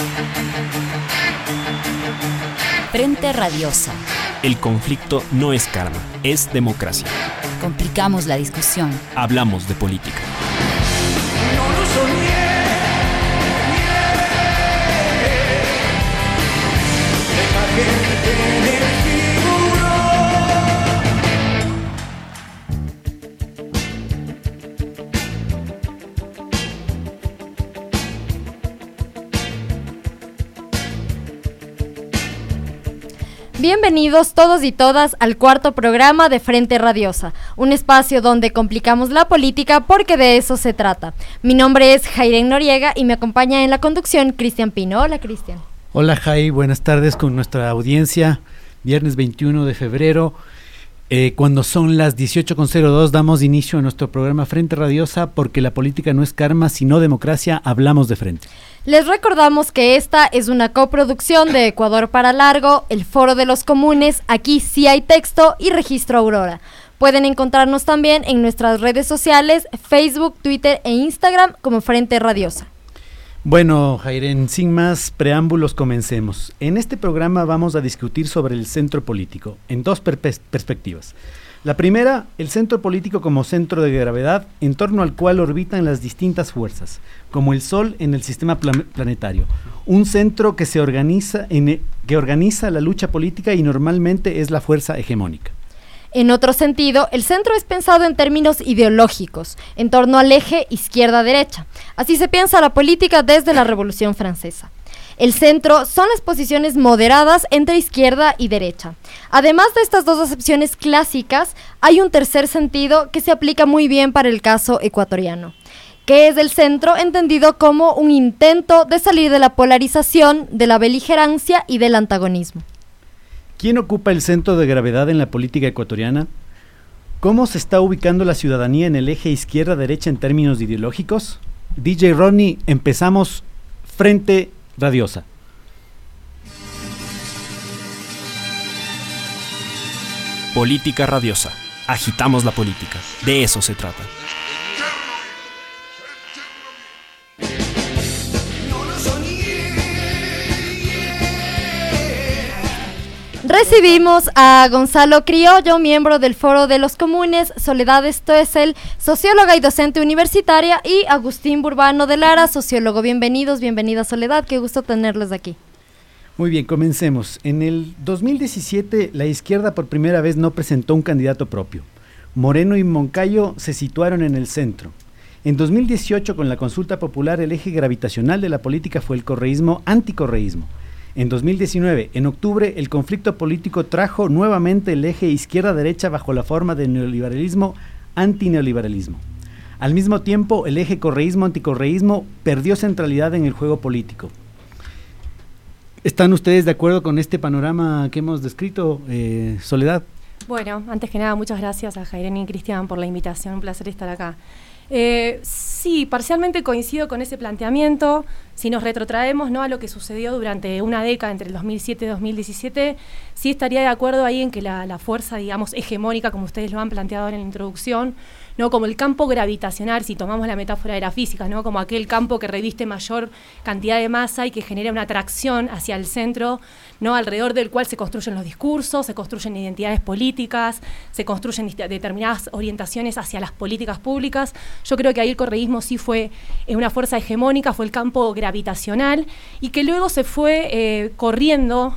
Frente Radiosa. El conflicto no es karma, es democracia. Complicamos la discusión. Hablamos de política. No lo soñé. Deja que en el Bienvenidos todos y todas al cuarto programa de Frente Radiosa, un espacio donde complicamos la política porque de eso se trata. Mi nombre es Jairen Noriega y me acompaña en la conducción Cristian Pino. Hola, Cristian. Hola, Jai, buenas tardes con nuestra audiencia. Viernes 21 de febrero, cuando son las 18:02, damos inicio a nuestro programa Frente Radiosa porque la política no es karma, sino democracia, hablamos de frente. Les recordamos que esta es una coproducción de Ecuador para Largo, el Foro de los Comunes, Aquí sí hay texto y Registro Aurora. Pueden encontrarnos también en nuestras redes sociales, Facebook, Twitter e Instagram como Frente Radiosa. Bueno, Jairen, sin más preámbulos, comencemos. En este programa vamos a discutir sobre el centro político, en dos perspectivas. La primera, el centro político como centro de gravedad en torno al cual orbitan las distintas fuerzas, como el Sol en el sistema planetario. Un centro que que organiza la lucha política y normalmente es la fuerza hegemónica. En otro sentido, el centro es pensado en términos ideológicos, en torno al eje izquierda-derecha. Así se piensa la política desde la Revolución Francesa. El centro son las posiciones moderadas entre izquierda y derecha. Además de estas dos acepciones clásicas, hay un tercer sentido que se aplica muy bien para el caso ecuatoriano, que es el centro entendido como un intento de salir de la polarización, de la beligerancia y del antagonismo. ¿Quién ocupa el centro de gravedad en la política ecuatoriana? ¿Cómo se está ubicando la ciudadanía en el eje izquierda-derecha en términos ideológicos? DJ Ronnie, empezamos Frente Radiosa. Política radiosa. Agitamos la política. De eso se trata. Recibimos a Gonzalo Criollo, miembro del Foro de los Comunes, Soledad Stoessel, socióloga y docente universitaria, y Agustín Burbano de Lara, sociólogo. Bienvenida Soledad, qué gusto tenerlos aquí. Muy bien, comencemos. En el 2017, la izquierda por primera vez no presentó un candidato propio. Moreno y Moncayo se situaron en el centro. En 2018, con la consulta popular, el eje gravitacional de la política fue el correísmo-anticorreísmo. En 2019, en octubre, el conflicto político trajo nuevamente el eje izquierda-derecha bajo la forma de neoliberalismo-antineoliberalismo. Al mismo tiempo, el eje correísmo-anticorreísmo perdió centralidad en el juego político. ¿Están ustedes de acuerdo con este panorama que hemos descrito, Soledad? Bueno, antes que nada, muchas gracias a Jairen y Cristian por la invitación, un placer estar acá. Sí, parcialmente coincido con ese planteamiento. Si nos retrotraemos, ¿no?, a lo que sucedió durante una década entre el 2007 y 2017, sí estaría de acuerdo ahí en que la fuerza, digamos, hegemónica, como ustedes lo han planteado en la introducción, ¿no?, como el campo gravitacional, si tomamos la metáfora de la física, ¿no?, como aquel campo que reviste mayor cantidad de masa y que genera una atracción hacia el centro, ¿no?, alrededor del cual se construyen los discursos, se construyen identidades políticas, se construyen determinadas orientaciones hacia las políticas públicas. Yo creo que ahí el correísmo sí fue una fuerza hegemónica, fue el campo gravitacional, y que luego se fue corriendo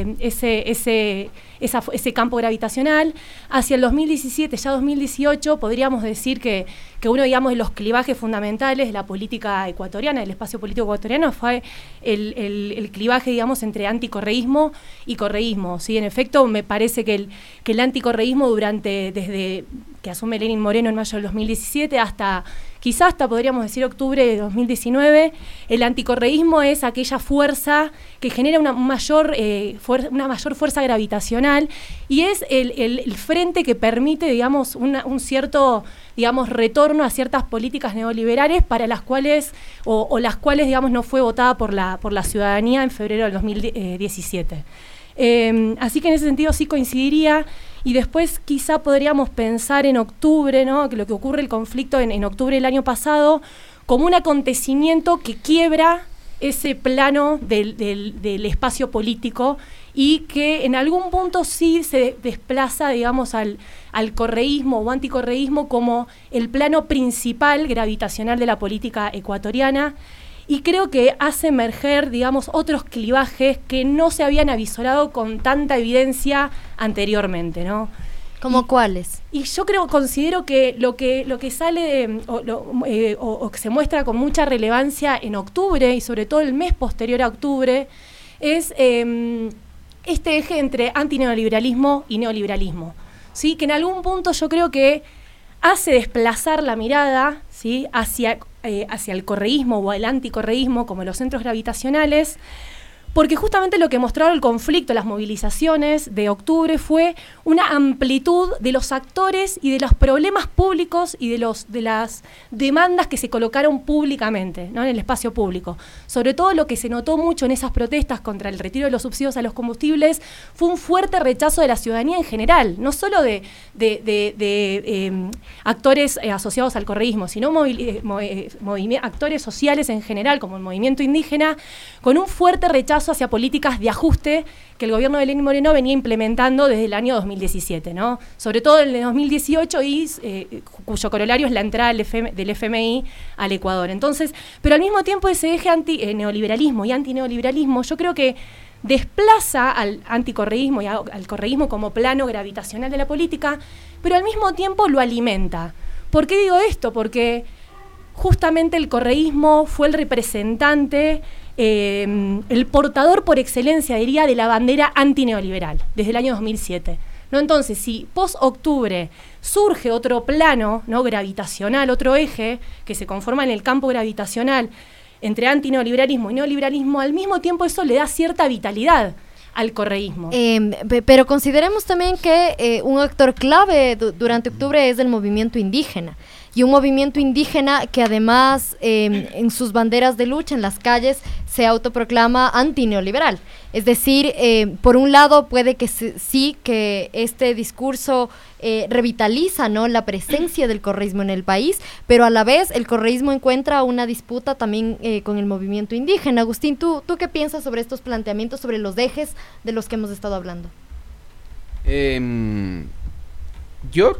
ese campo gravitacional hacia el 2017, ya 2018, podríamos decir que uno, digamos, de los clivajes fundamentales de la política ecuatoriana, del espacio político ecuatoriano, fue el clivaje, digamos, entre anticorreísmo y correísmo, ¿sí? En efecto, me parece que el anticorreísmo desde que asume Lenín Moreno en mayo del 2017 quizás hasta podríamos decir octubre de 2019, el anticorreísmo es aquella fuerza que genera una mayor fuerza gravitacional, y es el frente que permite, digamos, un cierto, digamos, retorno a ciertas políticas neoliberales para las cuales, o las cuales, digamos, no fue votada por la ciudadanía en febrero del 2017. Así que en ese sentido sí coincidiría. Y después quizá podríamos pensar en octubre, ¿no?, que lo que ocurre el conflicto en octubre del año pasado, como un acontecimiento que quiebra ese plano del espacio político y que en algún punto sí se desplaza, digamos, al correísmo o anticorreísmo como el plano principal gravitacional de la política ecuatoriana, y creo que hace emerger, digamos, otros clivajes que no se habían avisorado con tanta evidencia anteriormente, ¿no? ¿Cómo cuáles? Y yo considero que lo que sale o que se muestra con mucha relevancia en octubre y sobre todo el mes posterior a octubre es este eje entre antineoliberalismo y neoliberalismo, ¿sí? Que en algún punto yo creo que hace desplazar la mirada, ¿sí? hacia el correísmo o el anticorreísmo como los centros gravitacionales, porque justamente lo que mostraron el conflicto, las movilizaciones de octubre, fue una amplitud de los actores y de los problemas públicos y de las demandas que se colocaron públicamente, ¿no? En el espacio público. Sobre todo lo que se notó mucho en esas protestas contra el retiro de los subsidios a los combustibles fue un fuerte rechazo de la ciudadanía en general, no solo de actores asociados al correísmo, sino actores sociales en general, como el movimiento indígena, con un fuerte rechazo hacia políticas de ajuste que el gobierno de Lenín Moreno venía implementando desde el año 2017, ¿no? Sobre todo en el 2018 y cuyo corolario es la entrada del FMI al Ecuador. Entonces, pero al mismo tiempo ese eje neoliberalismo y antineoliberalismo, yo creo que desplaza al anticorreísmo y al correísmo como plano gravitacional de la política, pero al mismo tiempo lo alimenta. ¿Por qué digo esto? Porque justamente el correísmo fue el representante, el portador por excelencia, diría, de la bandera antineoliberal desde el año 2007. ¿No? Entonces, si post-octubre surge otro plano, ¿no? gravitacional, otro eje que se conforma en el campo gravitacional entre antineoliberalismo y neoliberalismo, al mismo tiempo eso le da cierta vitalidad al correísmo. Pero consideremos también que un actor clave durante octubre es el movimiento indígena. Y un movimiento indígena que además en sus banderas de lucha en las calles se autoproclama antineoliberal. Es decir, por un lado puede que sí que este discurso revitaliza, ¿no?, la presencia del correísmo en el país, pero a la vez el correísmo encuentra una disputa también con el movimiento indígena. Agustín, ¿tú qué piensas sobre estos planteamientos, sobre los ejes de los que hemos estado hablando? Yo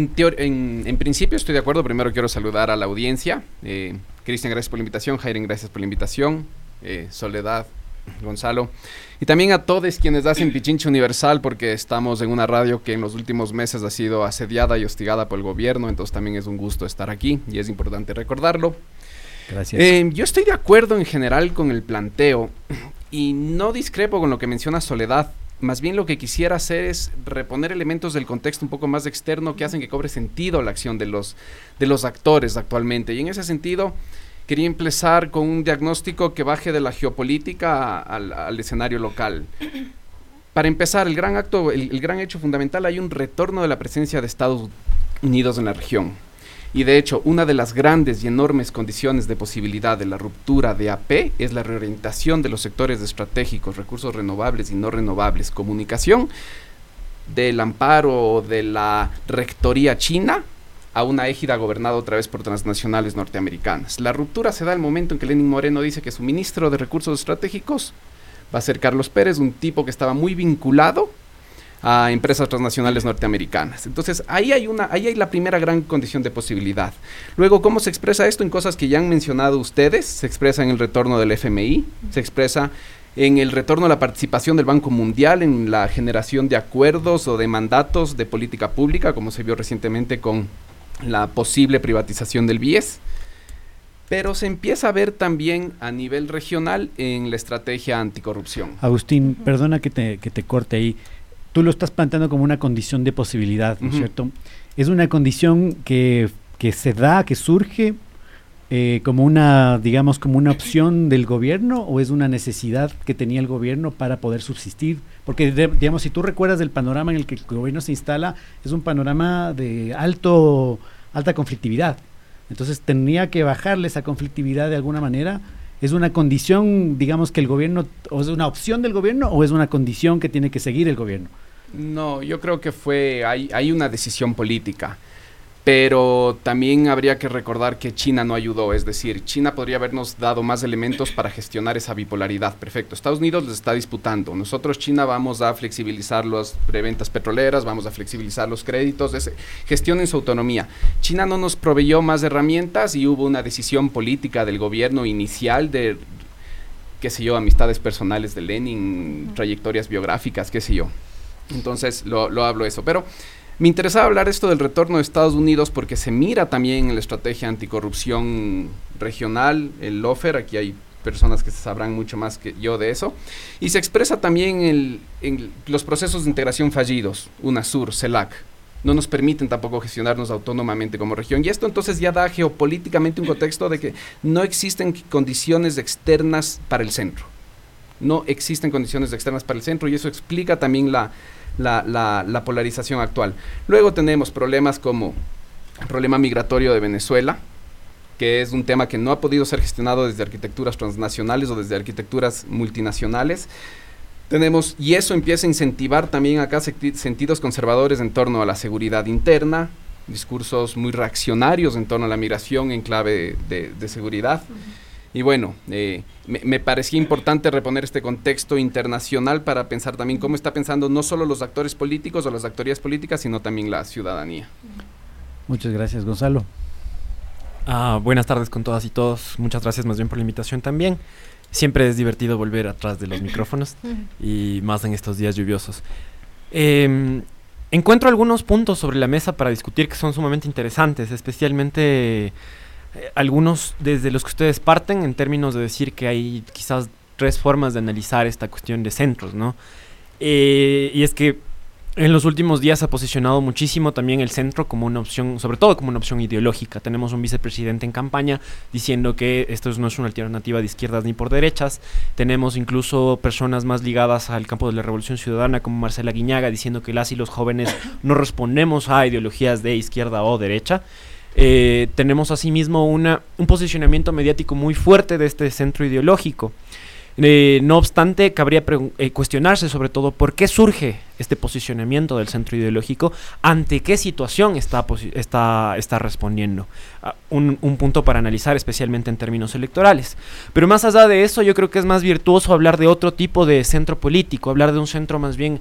en principio estoy de acuerdo. Primero quiero saludar a la audiencia. Cristian, gracias por la invitación. Jairen, gracias por la invitación. Soledad, Gonzalo. Y también a todos quienes hacen Pichincha Universal, porque estamos en una radio que en los últimos meses ha sido asediada y hostigada por el gobierno. Entonces también es un gusto estar aquí y es importante recordarlo. Gracias. Yo estoy de acuerdo en general con el planteo y no discrepo con lo que menciona Soledad. Más bien lo que quisiera hacer es reponer elementos del contexto un poco más externo que hacen que cobre sentido la acción de los actores actualmente. Y en ese sentido quería empezar con un diagnóstico que baje de la geopolítica al escenario local. Para empezar, el gran hecho fundamental, hay un retorno de la presencia de Estados Unidos en la región. Y de hecho, una de las grandes y enormes condiciones de posibilidad de la ruptura de AP es la reorientación de los sectores estratégicos, recursos renovables y no renovables, comunicación, del amparo de la rectoría china a una égida gobernada otra vez por transnacionales norteamericanas. La ruptura se da al momento en que Lenín Moreno dice que su ministro de recursos estratégicos va a ser Carlos Pérez, un tipo que estaba muy vinculado a empresas transnacionales norteamericanas. Entonces, ahí hay la primera gran condición de posibilidad. Luego, ¿cómo se expresa esto? En cosas que ya han mencionado ustedes. Se expresa en el retorno del FMI, se expresa en el retorno a la participación del Banco Mundial, en la generación de acuerdos o de mandatos de política pública, como se vio recientemente con la posible privatización del BIES. Pero se empieza a ver también a nivel regional en la estrategia anticorrupción. Agustín, perdona que te corte ahí. Tú lo estás planteando como una condición de posibilidad, ¿no es cierto? ¿Es una condición que se da, que surge como una, digamos, como una opción del gobierno, o es una necesidad que tenía el gobierno para poder subsistir? Porque, digamos, si tú recuerdas del panorama en el que el gobierno se instala, es un panorama de alta conflictividad. Entonces, tenía que bajarle esa conflictividad de alguna manera. ¿Es una condición, digamos, que el gobierno, o es una opción del gobierno, o es una condición que tiene que seguir el gobierno? No, yo creo que hay una decisión política. Pero también habría que recordar que China no ayudó, es decir, China podría habernos dado más elementos para gestionar esa bipolaridad. Perfecto, Estados Unidos les está disputando. Nosotros, China, vamos a flexibilizar las preventas petroleras, vamos a flexibilizar los créditos, gestionen su autonomía. China no nos proveyó más herramientas y hubo una decisión política del gobierno inicial de, qué sé yo, amistades personales de Lenin, trayectorias biográficas, qué sé yo. Entonces, lo hablo eso, pero me interesaba hablar esto del retorno de Estados Unidos porque se mira también en la estrategia anticorrupción regional, el LOFER, aquí hay personas que sabrán mucho más que yo de eso, y se expresa también en los procesos de integración fallidos, UNASUR, CELAC, no nos permiten tampoco gestionarnos autónomamente como región, y esto entonces ya da geopolíticamente un contexto de que no existen condiciones externas para el centro, no existen condiciones externas para el centro, y eso explica también la polarización actual. Luego tenemos problemas como el problema migratorio de Venezuela, que es un tema que no ha podido ser gestionado desde arquitecturas transnacionales o desde arquitecturas multinacionales. Y eso empieza a incentivar también acá sentidos conservadores en torno a la seguridad interna, discursos muy reaccionarios en torno a la migración en clave de seguridad. Y bueno, me parecía importante reponer este contexto internacional para pensar también cómo está pensando no solo los actores políticos o las actorías políticas, sino también la ciudadanía. Muchas gracias, Gonzalo. Buenas tardes con todas y todos. Muchas gracias más bien por la invitación también. Siempre es divertido volver atrás de los micrófonos y más en estos días lluviosos. Encuentro algunos puntos sobre la mesa para discutir que son sumamente interesantes, especialmente algunos desde los que ustedes parten en términos de decir que hay quizás 3 formas de analizar esta cuestión de centros, ¿no? Y es que en los últimos días se ha posicionado muchísimo también el centro como una opción, sobre todo como una opción ideológica. Tenemos un vicepresidente en campaña diciendo que esto no es una alternativa de izquierdas ni por derechas. Tenemos incluso personas más ligadas al campo de la Revolución Ciudadana como Marcela Guiñaga diciendo que las y los jóvenes no respondemos a ideologías de izquierda o derecha. Tenemos asimismo un posicionamiento mediático muy fuerte de este centro ideológico. No obstante, cabría cuestionarse sobre todo por qué surge este posicionamiento del centro ideológico, ante qué situación está respondiendo. Un punto para analizar, especialmente en términos electorales. Pero más allá de eso, yo creo que es más virtuoso hablar de otro tipo de centro político, hablar de un centro más bien,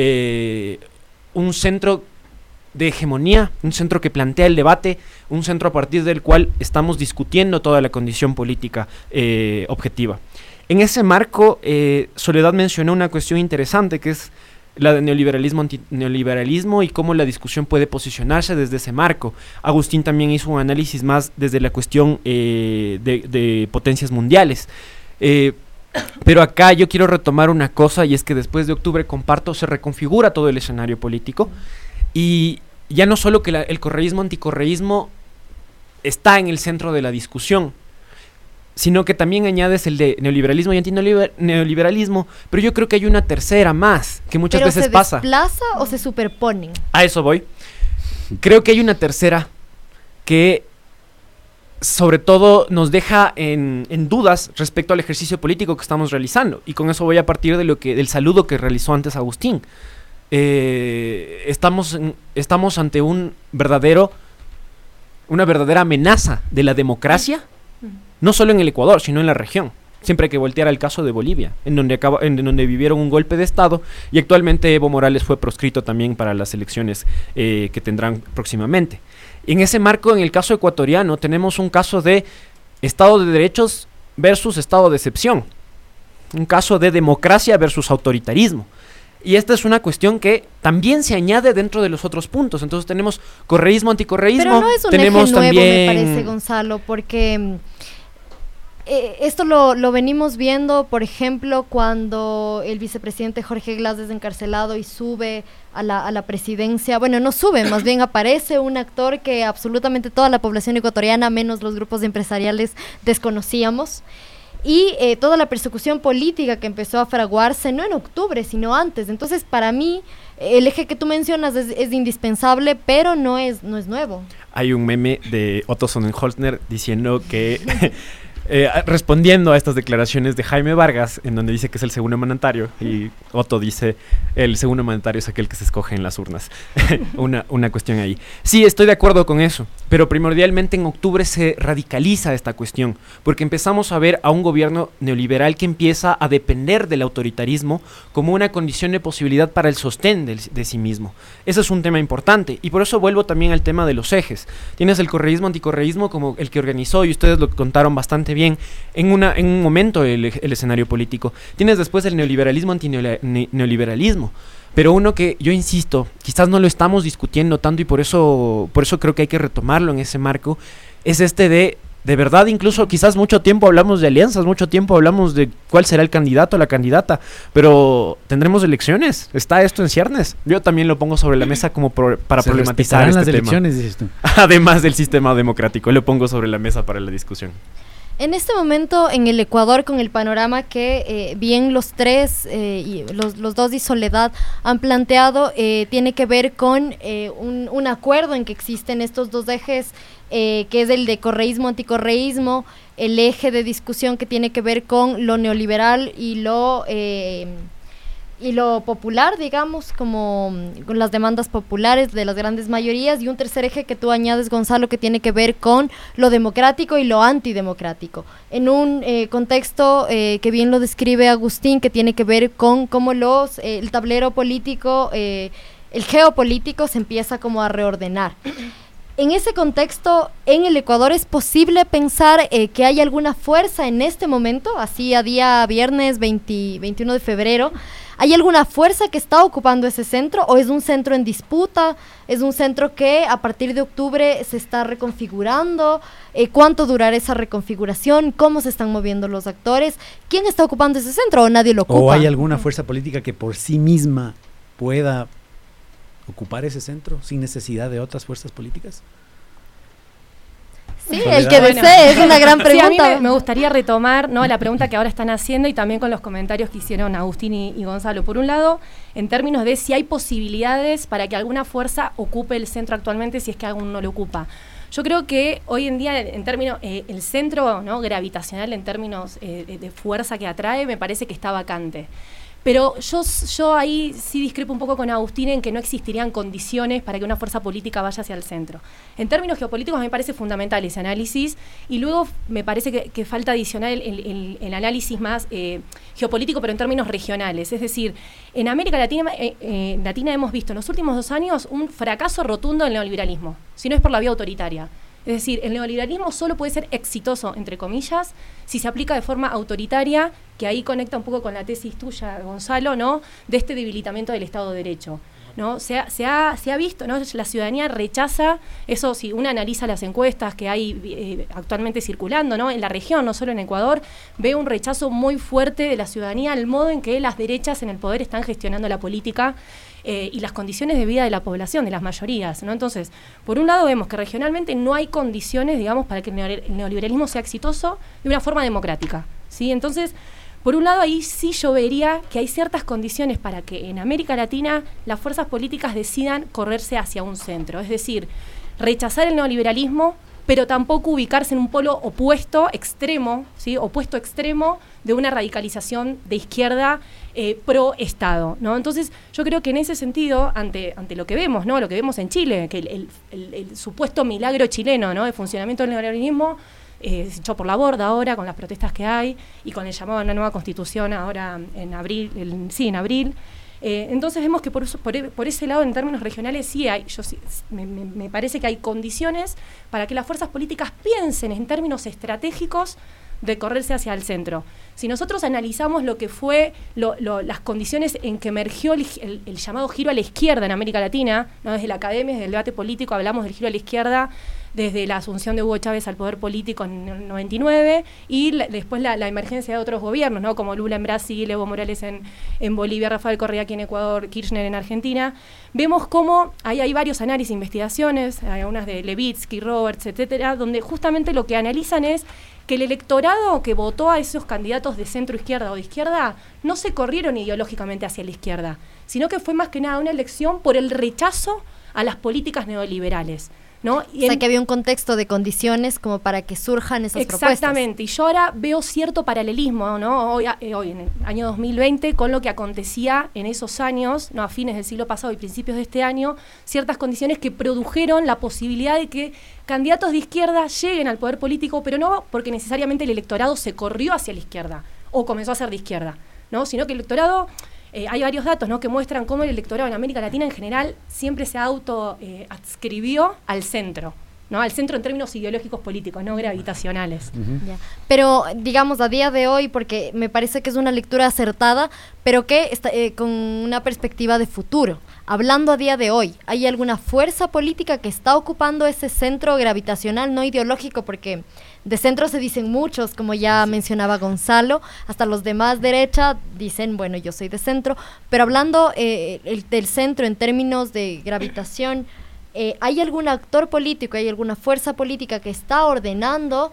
un centro de hegemonía, un centro que plantea el debate, un centro a partir del cual estamos discutiendo toda la condición política objetiva. En ese marco, Soledad mencionó una cuestión interesante que es la de neoliberalismo, antineoliberalismo y cómo la discusión puede posicionarse desde ese marco. Agustín también hizo un análisis más desde la cuestión de potencias mundiales. Pero acá yo quiero retomar una cosa, y es que después de octubre, comparto, se reconfigura todo el escenario político y ya no solo que el correísmo, anticorreísmo está en el centro de la discusión, sino que también añades el de neoliberalismo y antineoliberalismo, pero yo creo que hay una tercera más, que muchas veces pasa. ¿Pero se desplaza o se superponen? A eso voy. Creo que hay una tercera que sobre todo nos deja en dudas respecto al ejercicio político que estamos realizando, y con eso voy a partir del saludo que realizó antes Agustín. Estamos ante una verdadera amenaza de la democracia, no solo en el Ecuador, sino en la región. Siempre hay que voltear al caso de Bolivia, en donde vivieron un golpe de Estado, y actualmente Evo Morales fue proscrito también para las elecciones que tendrán próximamente. En ese marco, en el caso ecuatoriano, tenemos un caso de Estado de derechos versus Estado de excepción, un caso de democracia versus autoritarismo. Y esta es una cuestión que también se añade dentro de los otros puntos. Entonces tenemos correísmo, anticorreísmo. Pero no es un tenemos eje nuevo, también... me parece, Gonzalo, porque esto lo venimos viendo, por ejemplo, cuando el vicepresidente Jorge Glass es encarcelado y sube a la presidencia. Bueno, no sube, más bien aparece un actor que absolutamente toda la población ecuatoriana, menos los grupos empresariales, desconocíamos. Y toda la persecución política que empezó a fraguarse, no en octubre, sino antes. Entonces, para mí, el eje que tú mencionas es indispensable, pero no es nuevo. Hay un meme de Otto Sonnenholzner diciendo que respondiendo a estas declaraciones de Jaime Vargas, en donde dice que es el segundo mandatario, y Otto dice el segundo mandatario es aquel que se escoge en las urnas. una cuestión ahí. Sí, estoy de acuerdo con eso, pero primordialmente en octubre se radicaliza esta cuestión, porque empezamos a ver a un gobierno neoliberal que empieza a depender del autoritarismo como una condición de posibilidad para el sostén de sí mismo. Ese es un tema importante, y por eso vuelvo también al tema de los ejes. Tienes el correísmo, anticorreísmo como el que organizó, y ustedes lo contaron bastante bien, en un momento el escenario político. Tienes después el neoliberalismo, antineoliberalismo, pero uno que yo insisto, quizás no lo estamos discutiendo tanto y por eso creo que hay que retomarlo en ese marco, es este de verdad, incluso quizás mucho tiempo hablamos de alianzas, mucho tiempo hablamos de cuál será el candidato o la candidata, pero tendremos elecciones, está esto en ciernes. Yo también lo pongo sobre la mesa como para problematizar este las tema. Elecciones, dices tú. Además del sistema democrático, lo pongo sobre la mesa para la discusión. En este momento en el Ecuador, con el panorama que bien los tres y los dos y Soledad han planteado, tiene que ver con un acuerdo en que existen estos dos ejes, que es el de correísmo, anticorreísmo, el eje de discusión que tiene que ver con lo neoliberal y lo popular, digamos, como con las demandas populares de las grandes mayorías, y un tercer eje que tú añades, Gonzalo, que tiene que ver con lo democrático y lo antidemocrático, en un contexto que bien lo describe Agustín, que tiene que ver con cómo el tablero político, el geopolítico se empieza como a reordenar. En ese contexto, en el Ecuador, ¿es posible pensar que hay alguna fuerza en este momento, así a día viernes 21 de febrero, ¿hay alguna fuerza que está ocupando ese centro o es un centro en disputa? ¿Es un centro que a partir de octubre se está reconfigurando? ¿Cuánto durará esa reconfiguración? ¿Cómo se están moviendo los actores? ¿Quién está ocupando ese centro o nadie lo ocupa? ¿O hay alguna fuerza política que por sí misma pueda ocupar ese centro sin necesidad de otras fuerzas políticas? Sí, Soledad. el que desee, es una gran pregunta. Sí, a mí me gustaría retomar, ¿no?, la pregunta que ahora están haciendo y también con los comentarios que hicieron Agustín y Gonzalo. Por un lado, en términos de si hay posibilidades para que alguna fuerza ocupe el centro actualmente, si es que aún no lo ocupa. Yo creo que hoy en día, en términos, el centro, ¿no?, gravitacional, en términos de fuerza que atrae, me parece que está vacante. Pero yo ahí sí discrepo un poco con Agustín en que no existirían condiciones para que una fuerza política vaya hacia el centro. En términos geopolíticos me parece fundamental ese análisis, y luego me parece que falta adicionar el análisis más geopolítico, pero en términos regionales. Es decir, en América Latina hemos visto en los últimos 2 años un fracaso rotundo del neoliberalismo, si no es por la vía autoritaria. Es decir, el neoliberalismo solo puede ser exitoso, entre comillas, si se aplica de forma autoritaria, que ahí conecta un poco con la tesis tuya, Gonzalo, ¿no?, de este debilitamiento del Estado de Derecho, ¿no? Se ha visto, ¿no?, la ciudadanía rechaza eso. Si uno analiza las encuestas que hay actualmente circulando, ¿no?, en la región, no solo en Ecuador, ve un rechazo muy fuerte de la ciudadanía al modo en que las derechas en el poder están gestionando la política y las condiciones de vida de la población, de las mayorías, ¿no? Entonces, por un lado vemos que regionalmente no hay condiciones, digamos, para que el neoliberalismo sea exitoso de una forma democrática, ¿sí? Entonces, por un lado, ahí sí yo vería que hay ciertas condiciones para que en América Latina las fuerzas políticas decidan correrse hacia un centro, es decir, rechazar el neoliberalismo, pero tampoco ubicarse en un polo opuesto, extremo, ¿sí?, opuesto extremo de una radicalización de izquierda pro Estado, ¿no? Entonces, yo creo que en ese sentido, ante lo que vemos, ¿no?, lo que vemos en Chile, que el supuedo milagro chileno, ¿no?, de funcionamiento del neoliberalismo, se echó por la borda ahora con las protestas que hay y con el llamado a una nueva constitución ahora en abril. Entonces vemos que por ese lado, en términos regionales, sí hay, me parece que hay condiciones para que las fuerzas políticas piensen en términos estratégicos de correrse hacia el centro. Si nosotros analizamos lo que fue las condiciones en que emergió el llamado giro a la izquierda en América Latina, ¿no?, desde la academia, desde el debate político, hablamos del giro a la izquierda desde la asunción de Hugo Chávez al poder político en el 99 y después la emergencia de otros gobiernos, ¿no?, como Lula en Brasil, Evo Morales en Bolivia, Rafael Correa aquí en Ecuador, Kirchner en Argentina. Vemos cómo ahí hay varios análisis, investigaciones, hay unas de Levitsky, Roberts, etcétera, donde justamente lo que analizan es que el electorado que votó a esos candidatos de centro izquierda o de izquierda no se corrieron ideológicamente hacia la izquierda, sino que fue más que nada una elección por el rechazo a las políticas neoliberales. ¿no? O sea, que había un contexto de condiciones como para que surjan esas propuestas. Exactamente, y yo ahora veo cierto paralelismo, ¿no? Hoy en el año 2020, con lo que acontecía en esos años, ¿no? A fines del siglo pasado y principios de este año, ciertas condiciones que produjeron la posibilidad de que candidatos de izquierda lleguen al poder político, pero no porque necesariamente el electorado se corrió hacia la izquierda o comenzó a ser de izquierda, ¿no? Sino que el electorado... hay varios datos, ¿no?, que muestran cómo el electorado en América Latina en general siempre se adscribió al centro, ¿no? Al centro en términos ideológicos políticos, no gravitacionales. Ya. Pero, digamos, a día de hoy, porque me parece que es una lectura acertada, pero que está, con una perspectiva de futuro. Hablando a día de hoy, ¿hay alguna fuerza política que está ocupando ese centro gravitacional no ideológico? Porque de centro se dicen muchos, como ya mencionaba Gonzalo, hasta los de más derecha dicen, bueno, yo soy de centro, pero hablando del centro en términos de gravitación, ¿hay algún actor político, hay alguna fuerza política que está ordenando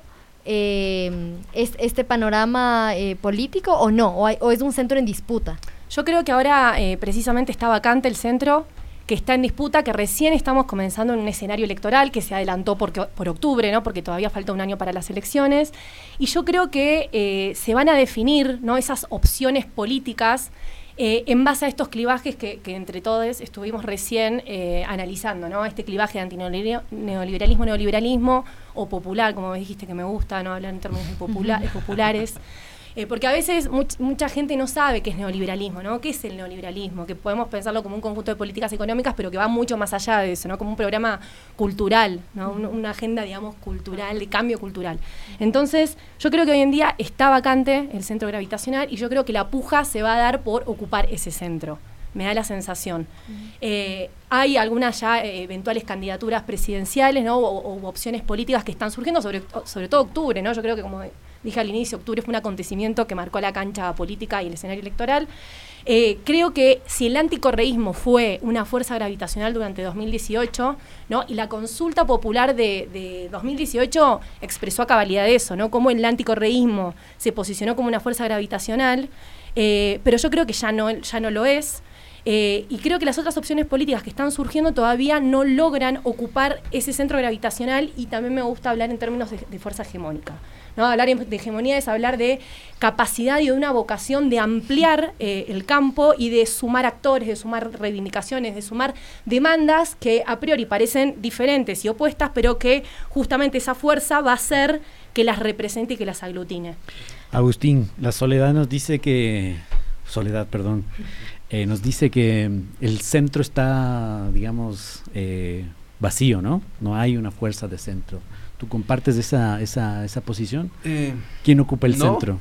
este panorama político o no? ¿O es un centro en disputa? Yo creo que ahora precisamente está vacante el centro, que está en disputa, que recién estamos comenzando en un escenario electoral que se adelantó por octubre, ¿no? Porque todavía falta un año para las elecciones. Y yo creo que se van a definir, ¿no?, esas opciones políticas en base a estos clivajes que entre todos estuvimos recién analizando, ¿no? Este clivaje de antineoliberalismo, neoliberalismo o popular, como me dijiste que me gusta, ¿no?, hablar en términos de populares. Porque a veces mucha gente no sabe qué es neoliberalismo, ¿no? ¿Qué es el neoliberalismo? Que podemos pensarlo como un conjunto de políticas económicas, pero que va mucho más allá de eso, ¿no? Como un programa cultural, ¿no? Una agenda, digamos, cultural, de cambio cultural. Entonces, yo creo que hoy en día está vacante el centro gravitacional y yo creo que la puja se va a dar por ocupar ese centro. Me da la sensación. Hay algunas ya eventuales candidaturas presidenciales, ¿no?, o opciones políticas que están surgiendo, sobre todo octubre, ¿no? Yo creo que, como dije al inicio, octubre fue un acontecimiento que marcó la cancha política y el escenario electoral. Creo que si el anticorreísmo fue una fuerza gravitacional durante 2018, ¿no?, y la consulta popular de 2018 expresó a cabalidad eso, ¿no?, cómo el anticorreísmo se posicionó como una fuerza gravitacional, pero yo creo que ya no lo es. Y creo que las otras opciones políticas que están surgiendo todavía no logran ocupar ese centro gravitacional, y también me gusta hablar en términos de fuerza hegemónica, ¿no? Hablar de hegemonía es hablar de capacidad y de una vocación de ampliar el campo y de sumar actores, de sumar reivindicaciones, de sumar demandas que a priori parecen diferentes y opuestas, pero que justamente esa fuerza va a hacer que las represente y que las aglutine. Agustín, la Soledad nos dice que... nos dice que el centro está, digamos, vacío, ¿no? No hay una fuerza de centro. ¿Tú compartes esa posición? ¿Quién ocupa el centro?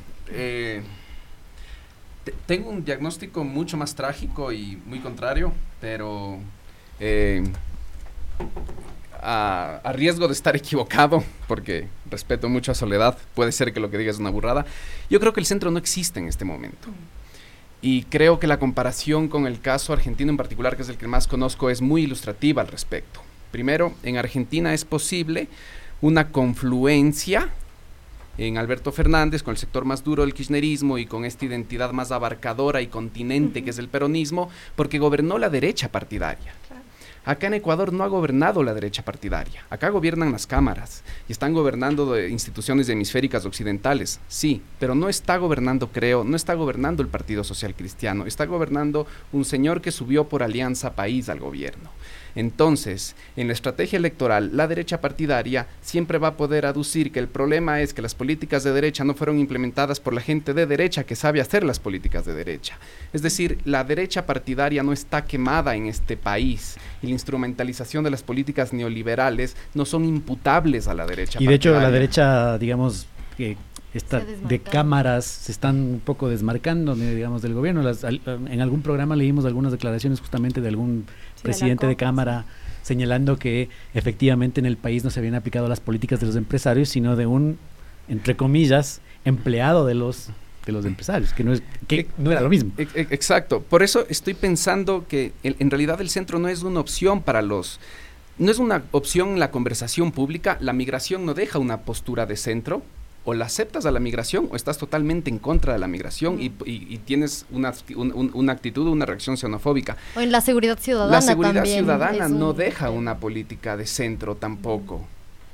Tengo un diagnóstico mucho más trágico y muy contrario, pero a riesgo de estar equivocado, porque respeto mucho a Soledad, puede ser que lo que diga es una burrada. Yo creo que el centro no existe en este momento. Y creo que la comparación con el caso argentino en particular, que es el que más conozco, es muy ilustrativa al respecto. Primero, en Argentina es posible una confluencia en Alberto Fernández con el sector más duro del kirchnerismo y con esta identidad más abarcadora y continente que es el peronismo, porque gobernó la derecha partidaria. Acá en Ecuador no ha gobernado la derecha partidaria. Acá gobiernan las cámaras y están gobernando instituciones hemisféricas occidentales, sí, pero no está gobernando, no está gobernando el Partido Social Cristiano, está gobernando un señor que subió por Alianza País al gobierno. Entonces, en la estrategia electoral, la derecha partidaria siempre va a poder aducir que el problema es que las políticas de derecha no fueron implementadas por la gente de derecha que sabe hacer las políticas de derecha. Es decir, la derecha partidaria no está quemada en este país y la instrumentalización de las políticas neoliberales no son imputables a la derecha partidaria. Y de hecho, la derecha, digamos, que de cámaras se están un poco desmarcando, digamos, del gobierno. En algún programa leímos algunas declaraciones justamente de algún presidente de cámara señalando que efectivamente en el país no se habían aplicado las políticas de los empresarios, sino de un, entre comillas, empleado de los empresarios, que no era lo mismo. Exacto. Por eso estoy pensando que en realidad el centro no es una opción no es una opción en la conversación pública. La migración no deja una postura de centro. o la aceptas a la migración o estás totalmente en contra de la migración y tienes una actitud, una reacción xenofóbica. O en la seguridad ciudadana. La seguridad también ciudadana es no deja una política de centro tampoco.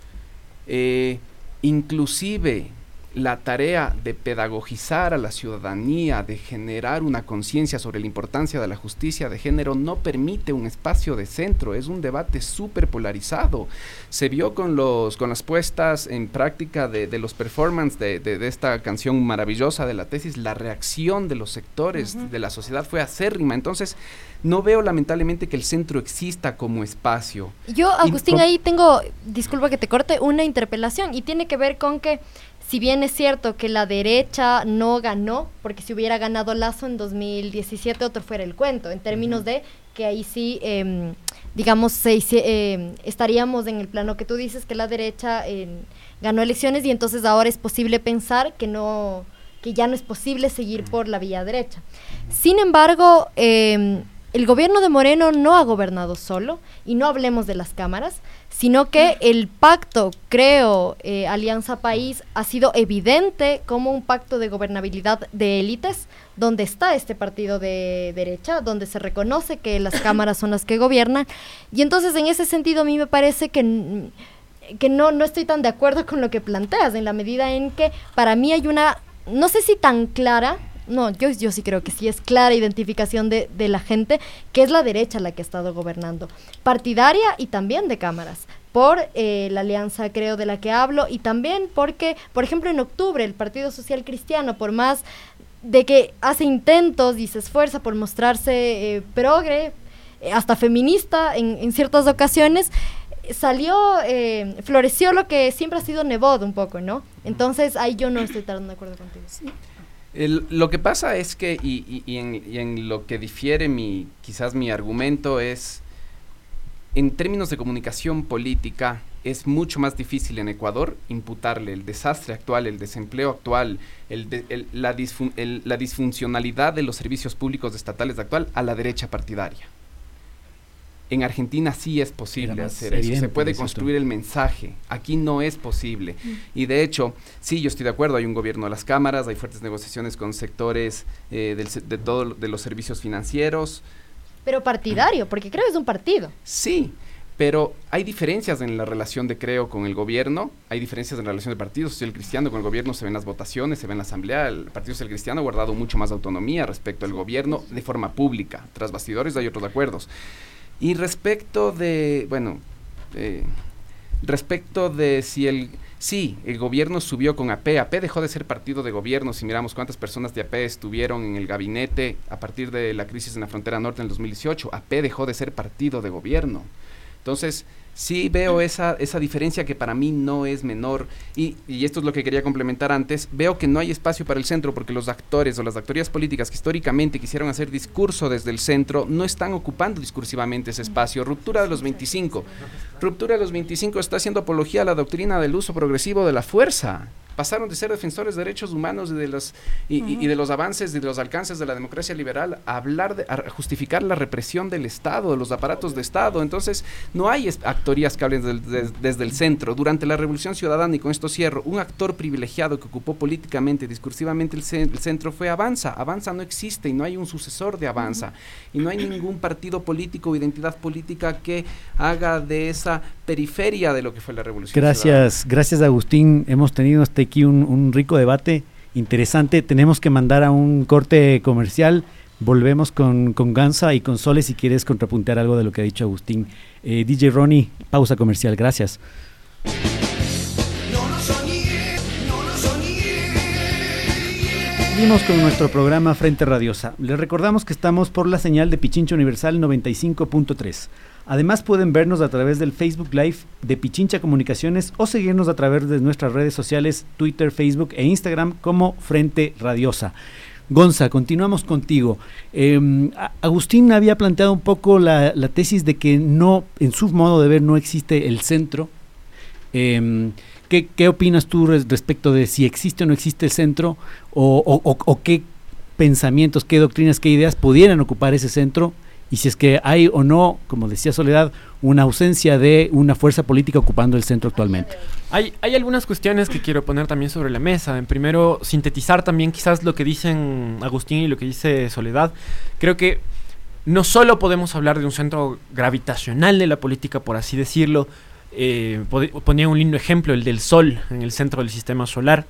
Inclusive la tarea de pedagogizar a la ciudadanía, de generar una conciencia sobre la importancia de la justicia de género, no permite un espacio de centro, es un debate súper polarizado. Se vio con las puestas en práctica de los performances de esta canción maravillosa de la tesis, la reacción de los sectores de la sociedad fue acérrima. Entonces, no veo lamentablemente que el centro exista como espacio. Yo, Agustín, ahí tengo, disculpa que te corte, una interpelación y tiene que ver con que si bien es cierto que la derecha no ganó, porque si hubiera ganado Lasso en 2017 otro fuera el cuento, en términos de que ahí sí, digamos, estaríamos en el plano que tú dices, que la derecha ganó elecciones y entonces ahora es posible pensar que ya no es posible seguir por la vía derecha. Sin embargo, el gobierno de Moreno no ha gobernado solo, y no hablemos de las cámaras, sino que el pacto, creo, Alianza País, ha sido evidente como un pacto de gobernabilidad de élites, donde está este partido de derecha, donde se reconoce que las cámaras son las que gobiernan, y entonces en ese sentido a mí me parece que no estoy tan de acuerdo con lo que planteas, en la medida en que para mí hay una, no sé si tan clara, no, yo sí creo que sí es clara identificación de la gente, que es la derecha la que ha estado gobernando, partidaria y también de cámaras, por la alianza, creo, de la que hablo, y también porque, por ejemplo, en octubre el Partido Social Cristiano, por más de que hace intentos y se esfuerza por mostrarse progre, hasta feminista en ciertas ocasiones, floreció lo que siempre ha sido Nebot un poco, ¿no? Entonces ahí yo no estoy tan de acuerdo contigo. Sí. Lo que pasa es que, y en lo que difiere quizás mi argumento es, en términos de comunicación política, es mucho más difícil en Ecuador imputarle el desastre actual, el desempleo actual, la disfuncionalidad de los servicios públicos estatales actual a la derecha partidaria. En Argentina sí es posible hacer eso, se puede construir el mensaje, aquí no es posible. Y de hecho, sí, yo estoy de acuerdo, hay un gobierno de las cámaras, hay fuertes negociaciones con sectores de los servicios financieros. Pero partidario, porque creo que es un partido. Sí, pero hay diferencias en la relación de Creo con el gobierno, hay diferencias en la relación del Partido Social Cristiano con el gobierno, se ven las votaciones, se ve en la asamblea, el Partido Social Cristiano ha guardado mucho más autonomía respecto al gobierno de forma pública, tras bastidores hay otros acuerdos. Y respecto de si el gobierno subió con AP dejó de ser partido de gobierno, si miramos cuántas personas de AP estuvieron en el gabinete a partir de la crisis en la frontera norte en el 2018, AP dejó de ser partido de gobierno. Entonces, sí veo esa diferencia que para mí no es menor, y esto es lo que quería complementar antes, veo que no hay espacio para el centro porque los actores o las actorías políticas que históricamente quisieron hacer discurso desde el centro no están ocupando discursivamente ese espacio. Ruptura de los 25 está haciendo apología a la doctrina del uso progresivo de la fuerza. Pasaron de ser defensores de derechos humanos y de los avances y de los alcances de la democracia liberal a justificar la represión del Estado, de los aparatos de Estado. Entonces, no hay actorías que hablen desde el centro. Durante la Revolución Ciudadana, y con esto cierro, un actor privilegiado que ocupó políticamente, discursivamente el centro fue Avanza. Avanza no existe y no hay un sucesor de Avanza. Y no hay ningún partido político o identidad política que haga de esa periferia de lo que fue la Revolución Ciudadana. Gracias Agustín. Hemos tenido aquí un rico debate interesante. Tenemos que mandar a un corte comercial. Volvemos con Gansa y con Sole si quieres contrapuntear algo de lo que ha dicho Agustín. DJ Ronnie, pausa comercial. Gracias. Seguimos con nuestro programa Frente Radiosa. Les recordamos que estamos por la señal de Pichincha Universal 95.3. Además pueden vernos a través del Facebook Live de Pichincha Comunicaciones o seguirnos a través de nuestras redes sociales, Twitter, Facebook e Instagram como Frente Radiosa. Gonza, continuamos contigo. Agustín había planteado un poco la tesis de que no, en su modo de ver, no existe el centro. ¿Qué opinas tú respecto de si existe o no existe el centro o qué pensamientos, qué doctrinas, qué ideas pudieran ocupar ese centro y si es que hay o no, como decía Soledad, una ausencia de una fuerza política ocupando el centro actualmente. Hay algunas cuestiones que quiero poner también sobre la mesa. En primero, sintetizar también quizás lo que dicen Agustín y lo que dice Soledad. Creo que no solo podemos hablar de un centro gravitacional de la política, por así decirlo. Ponía un lindo ejemplo, el del Sol, en el centro del sistema solar.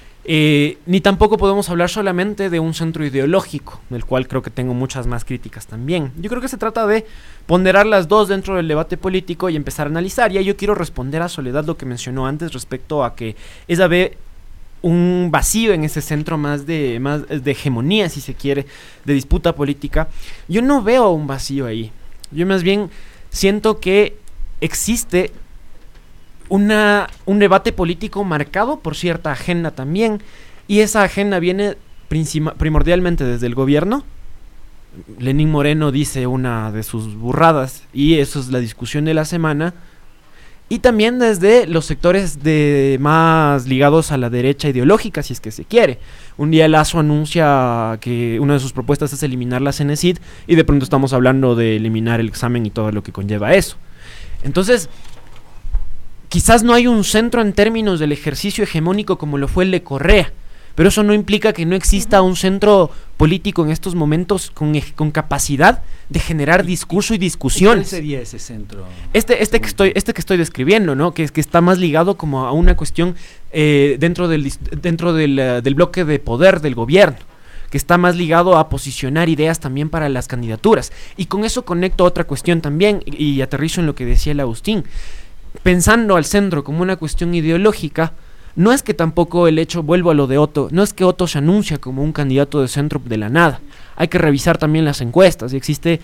Ni tampoco podemos hablar solamente de un centro ideológico, del cual creo que tengo muchas más críticas también. Yo creo que se trata de ponderar las dos dentro del debate político y empezar a analizar. Y ahí yo quiero responder a Soledad lo que mencionó antes respecto a que es haber un vacío en ese centro más de hegemonía, si se quiere, de disputa política. Yo no veo un vacío ahí. Yo más bien siento que existe un debate político marcado por cierta agenda también, y esa agenda viene primordialmente desde el gobierno. Lenín Moreno dice una de sus burradas, y eso es la discusión de la semana, y también desde los sectores más ligados a la derecha ideológica, si es que se quiere. Un día Lasso anuncia que una de sus propuestas es eliminar la CENESID, y de pronto estamos hablando de eliminar el examen y todo lo que conlleva eso. Entonces, quizás no hay un centro en términos del ejercicio hegemónico como lo fue el de Correa, pero eso no implica que no exista un centro político en estos momentos con capacidad de generar discurso y discusiones. ¿Cuál sería ese centro? Este que estoy describiendo, ¿no? Que está más ligado como a una cuestión dentro del bloque de poder del gobierno, que está más ligado a posicionar ideas también para las candidaturas. Y con eso conecto otra cuestión también, y aterrizo en lo que decía el Agustín. Pensando al centro como una cuestión ideológica, no es que tampoco el hecho, vuelvo a lo de Otto, no es que Otto se anuncia como un candidato de centro de la nada. Hay que revisar también las encuestas. Existe,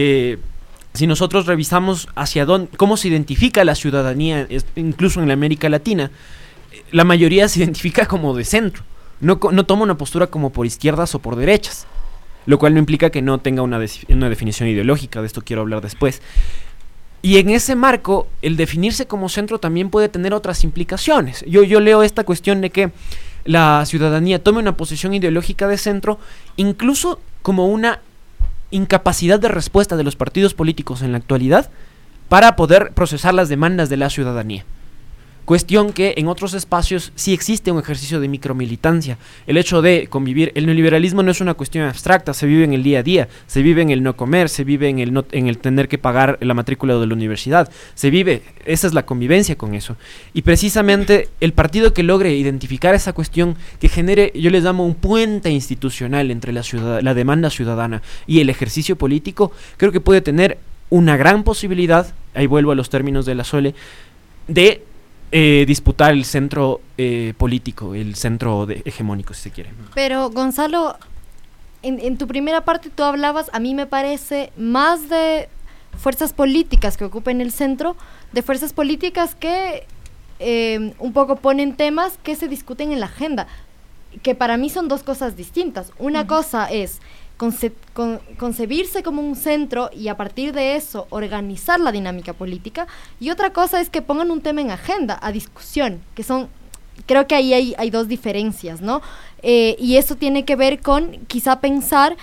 si nosotros revisamos hacia dónde, cómo se identifica la ciudadanía, incluso en la América Latina, la mayoría se identifica como de centro. No toma una postura como por izquierdas o por derechas, lo cual no implica que no tenga una definición ideológica. De esto quiero hablar después. Y en ese marco, el definirse como centro también puede tener otras implicaciones. Yo leo esta cuestión de que la ciudadanía tome una posición ideológica de centro, incluso como una incapacidad de respuesta de los partidos políticos en la actualidad para poder procesar las demandas de la ciudadanía. Cuestión que en otros espacios sí existe un ejercicio de micromilitancia. El hecho de convivir, el neoliberalismo no es una cuestión abstracta, se vive en el día a día, se vive en el no comer, se vive en el tener que pagar la matrícula de la universidad, esa es la convivencia con eso. Y precisamente el partido que logre identificar esa cuestión, que genere, yo les llamo un puente institucional entre la demanda ciudadana y el ejercicio político, creo que puede tener una gran posibilidad, ahí vuelvo a los términos de la Sole, de disputar el centro político, el centro hegemónico, si se quiere. Pero Gonzalo, en tu primera parte tú hablabas, a mí me parece, más de fuerzas políticas que ocupen el centro, de fuerzas políticas que un poco ponen temas que se discuten en la agenda, que para mí son dos cosas distintas. Una cosa es concebirse como un centro y a partir de eso organizar la dinámica política, y otra cosa es que pongan un tema en agenda, a discusión, que son, creo que ahí hay dos diferencias, ¿no? Y eso tiene que ver con quizá pensar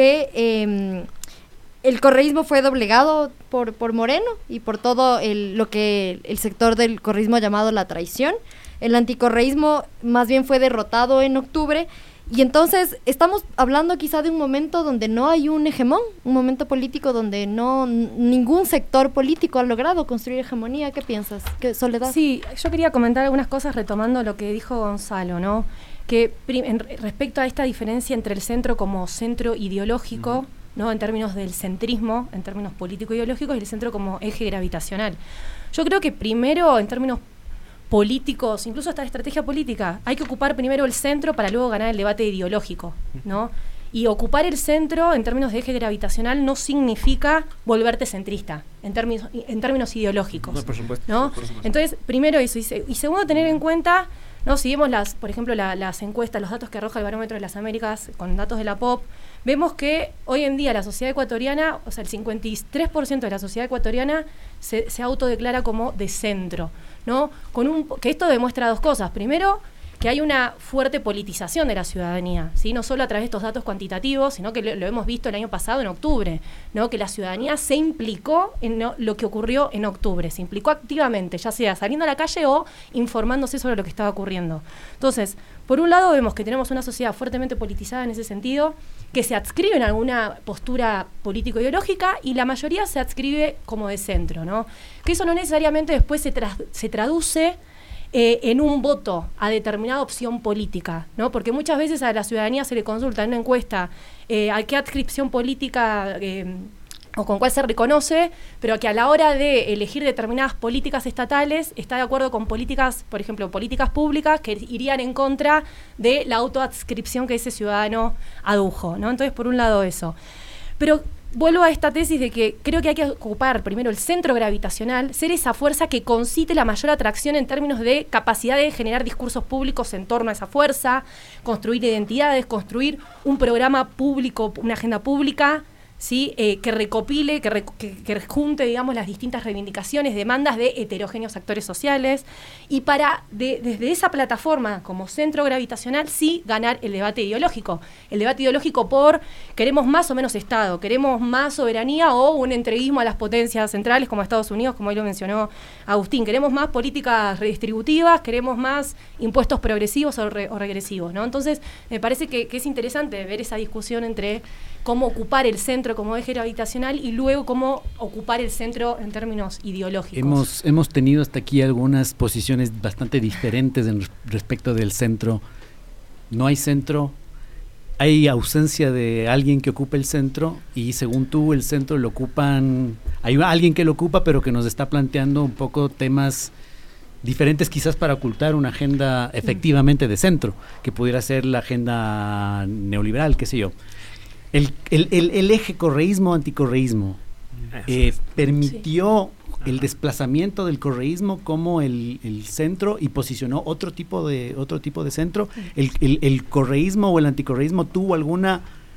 que el correísmo fue doblegado por Moreno y por todo lo que el sector del correísmo ha llamado la traición. El anticorreísmo más bien fue derrotado en octubre. Y entonces estamos hablando quizá de un momento donde no hay un hegemón, un momento político donde ningún sector político ha logrado construir hegemonía. ¿Qué piensas? ¿Qué, Soledad? Sí, yo quería comentar algunas cosas retomando lo que dijo Gonzalo, ¿no? Que respecto a esta diferencia entre el centro como centro ideológico, ¿no? En términos del centrismo, en términos político-ideológicos, y el centro como eje gravitacional. Yo creo que primero, en términos políticos, incluso hasta de estrategia política, hay que ocupar primero el centro para luego ganar el debate ideológico, ¿no? Y ocupar el centro en términos de eje gravitacional no significa volverte centrista en términos ideológicos. No, por supuesto, ¿no? por supuesto. Entonces, primero eso. Y segundo, tener en cuenta, ¿no? Si vemos por ejemplo, las encuestas, los datos que arroja el Barómetro de las Américas con datos de la POP, vemos que hoy en día la sociedad ecuatoriana, o sea, el 53% de la sociedad ecuatoriana se autodeclara como de centro, ¿no? Que esto demuestra dos cosas. Primero, que hay una fuerte politización de la ciudadanía, ¿sí? No solo a través de estos datos cuantitativos, sino que lo hemos visto el año pasado en octubre, ¿no? Que la ciudadanía se implicó en lo que ocurrió en octubre, se implicó activamente, ya sea saliendo a la calle o informándose sobre lo que estaba ocurriendo. Entonces, por un lado vemos que tenemos una sociedad fuertemente politizada en ese sentido, que se adscribe en alguna postura político-ideológica y la mayoría se adscribe como de centro, ¿no? Que eso no necesariamente después se traduce en un voto a determinada opción política, ¿no? Porque muchas veces a la ciudadanía se le consulta en una encuesta a qué adscripción política o con cuál se reconoce, pero que a la hora de elegir determinadas políticas estatales está de acuerdo con políticas, por ejemplo, políticas públicas que irían en contra de la autoadscripción que ese ciudadano adujo, ¿no? Entonces, por un lado eso. Pero vuelvo a esta tesis de que creo que hay que ocupar primero el centro gravitacional, ser esa fuerza que concite la mayor atracción en términos de capacidad de generar discursos públicos en torno a esa fuerza, construir identidades, construir un programa público, una agenda pública, ¿sí? Que recopile, que junte, digamos, las distintas reivindicaciones, demandas de heterogéneos actores sociales, y para, desde esa plataforma como centro gravitacional, sí ganar el debate ideológico. El debate ideológico por queremos más o menos Estado, queremos más soberanía o un entreguismo a las potencias centrales como Estados Unidos, como ahí lo mencionó Agustín. Queremos más políticas redistributivas, queremos más impuestos progresivos o regresivos, ¿no? Entonces, me parece que es interesante ver esa discusión entre cómo ocupar el centro como eje gravitacional y luego cómo ocupar el centro en términos ideológicos. Hemos tenido hasta aquí algunas posiciones bastante diferentes respecto del centro. No hay centro, hay ausencia de alguien que ocupe el centro y según tú el centro lo ocupan, hay alguien que lo ocupa pero que nos está planteando un poco temas diferentes quizás para ocultar una agenda efectivamente de centro, que pudiera ser la agenda neoliberal, qué sé yo. El eje correísmo-anticorreísmo permitió el desplazamiento del correísmo como el centro y posicionó otro tipo de centro. El correísmo o el anticorreísmo tuvo alguna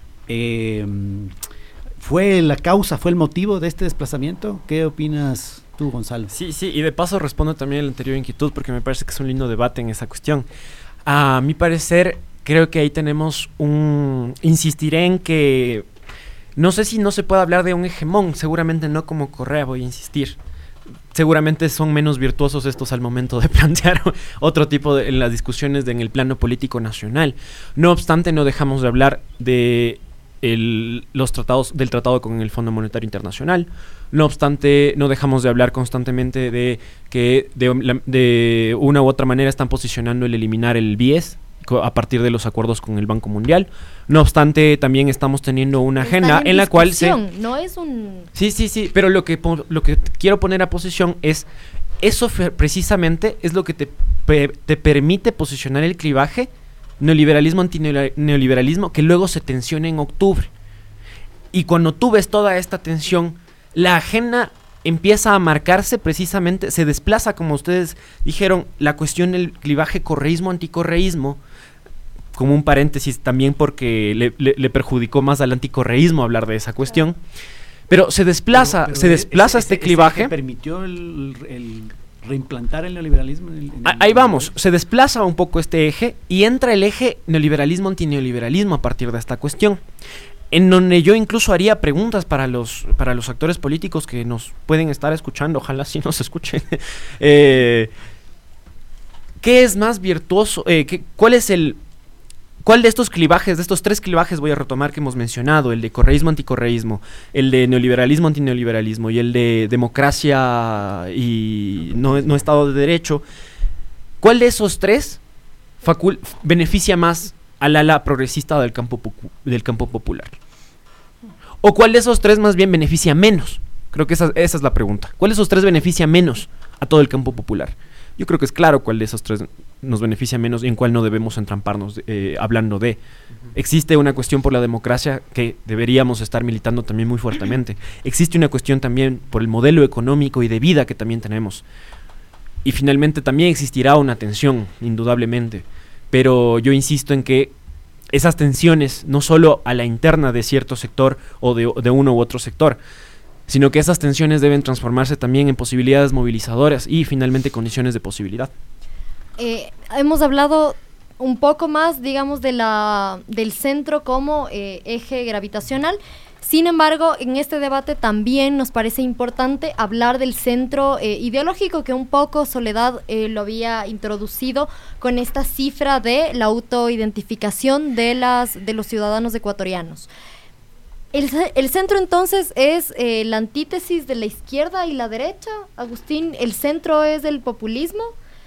fue la causa, fue el motivo de este desplazamiento. ¿Qué opinas tú, Gonzalo? Sí, y de paso respondo también a la anterior inquietud porque me parece que es un lindo debate en esa cuestión. A mi parecer, creo que ahí tenemos insistiré en que no sé si no se puede hablar de un hegemón, seguramente no como Correa, voy a insistir. Seguramente son menos virtuosos estos al momento de plantear otro tipo en las discusiones en el plano político nacional. No obstante, no dejamos de hablar de los tratados, del tratado con el Fondo Monetario Internacional. No obstante, no dejamos de hablar constantemente de que de una u otra manera están posicionando el eliminar el BIES a partir de los acuerdos con el Banco Mundial. No obstante, también estamos teniendo una agenda en la cual no es un... Sí, pero lo que quiero poner a posición es eso precisamente es lo que te permite posicionar el clivaje neoliberalismo antineoliberalismo que luego se tensiona en octubre. Y cuando tú ves toda esta tensión, la agenda empieza a marcarse precisamente, se desplaza, como ustedes dijeron, la cuestión del clivaje correísmo-anticorreísmo, como un paréntesis también porque le perjudicó más al anticorreísmo hablar de esa cuestión, pero se desplaza este clivaje. ¿Ese permitió el reimplantar el neoliberalismo? Ahí vamos, se desplaza un poco este eje y entra el eje neoliberalismo-antineoliberalismo a partir de esta cuestión, en donde yo incluso haría preguntas para los actores políticos que nos pueden estar escuchando, ojalá sí nos escuchen. ¿Qué es más virtuoso? ¿Cuál de estos clivajes, de estos tres clivajes voy a retomar que hemos mencionado, el de correísmo-anticorreísmo, el de neoliberalismo-antineoliberalismo y el de democracia y no Estado de Derecho, cuál de esos tres beneficia más al ala progresista del campo popular? ¿O cuál de esos tres más bien beneficia menos? Creo que esa es la pregunta. ¿Cuál de esos tres beneficia menos a todo el campo popular? Yo creo que es claro cuál de esos tres nos beneficia menos y en cuál no debemos entramparnos hablando de. Existe una cuestión por la democracia que deberíamos estar militando también muy fuertemente. Existe una cuestión también por el modelo económico y de vida que también tenemos. Y finalmente también existirá una tensión, indudablemente. Pero yo insisto en que esas tensiones, no solo a la interna de cierto sector o de uno u otro sector, sino que esas tensiones deben transformarse también en posibilidades movilizadoras y finalmente condiciones de posibilidad. Hemos hablado un poco más, digamos, del centro como eje gravitacional. Sin embargo, en este debate también nos parece importante hablar del centro ideológico, que un poco Soledad lo había introducido con esta cifra de la autoidentificación de los ciudadanos ecuatorianos. El centro entonces es la antítesis de la izquierda y la derecha. Agustín, ¿el centro es el populismo?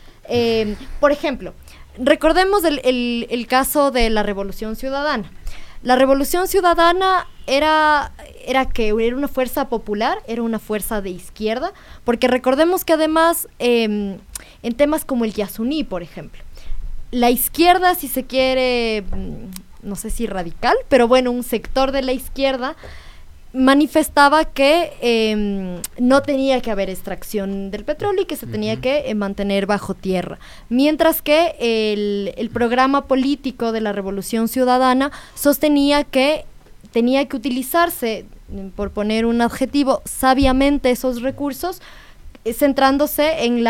Por ejemplo, recordemos el caso de la Revolución Ciudadana. La Revolución Ciudadana era una fuerza popular, era una fuerza de izquierda, porque recordemos que además en temas como el Yasuní, por ejemplo, la izquierda, si se quiere, no sé si radical, pero bueno, un sector de la izquierda manifestaba que no tenía que haber extracción del petróleo y que se tenía que mantener bajo tierra. Mientras que el programa político de la Revolución Ciudadana sostenía que tenía que utilizarse, por poner un adjetivo, sabiamente esos recursos, centrándose en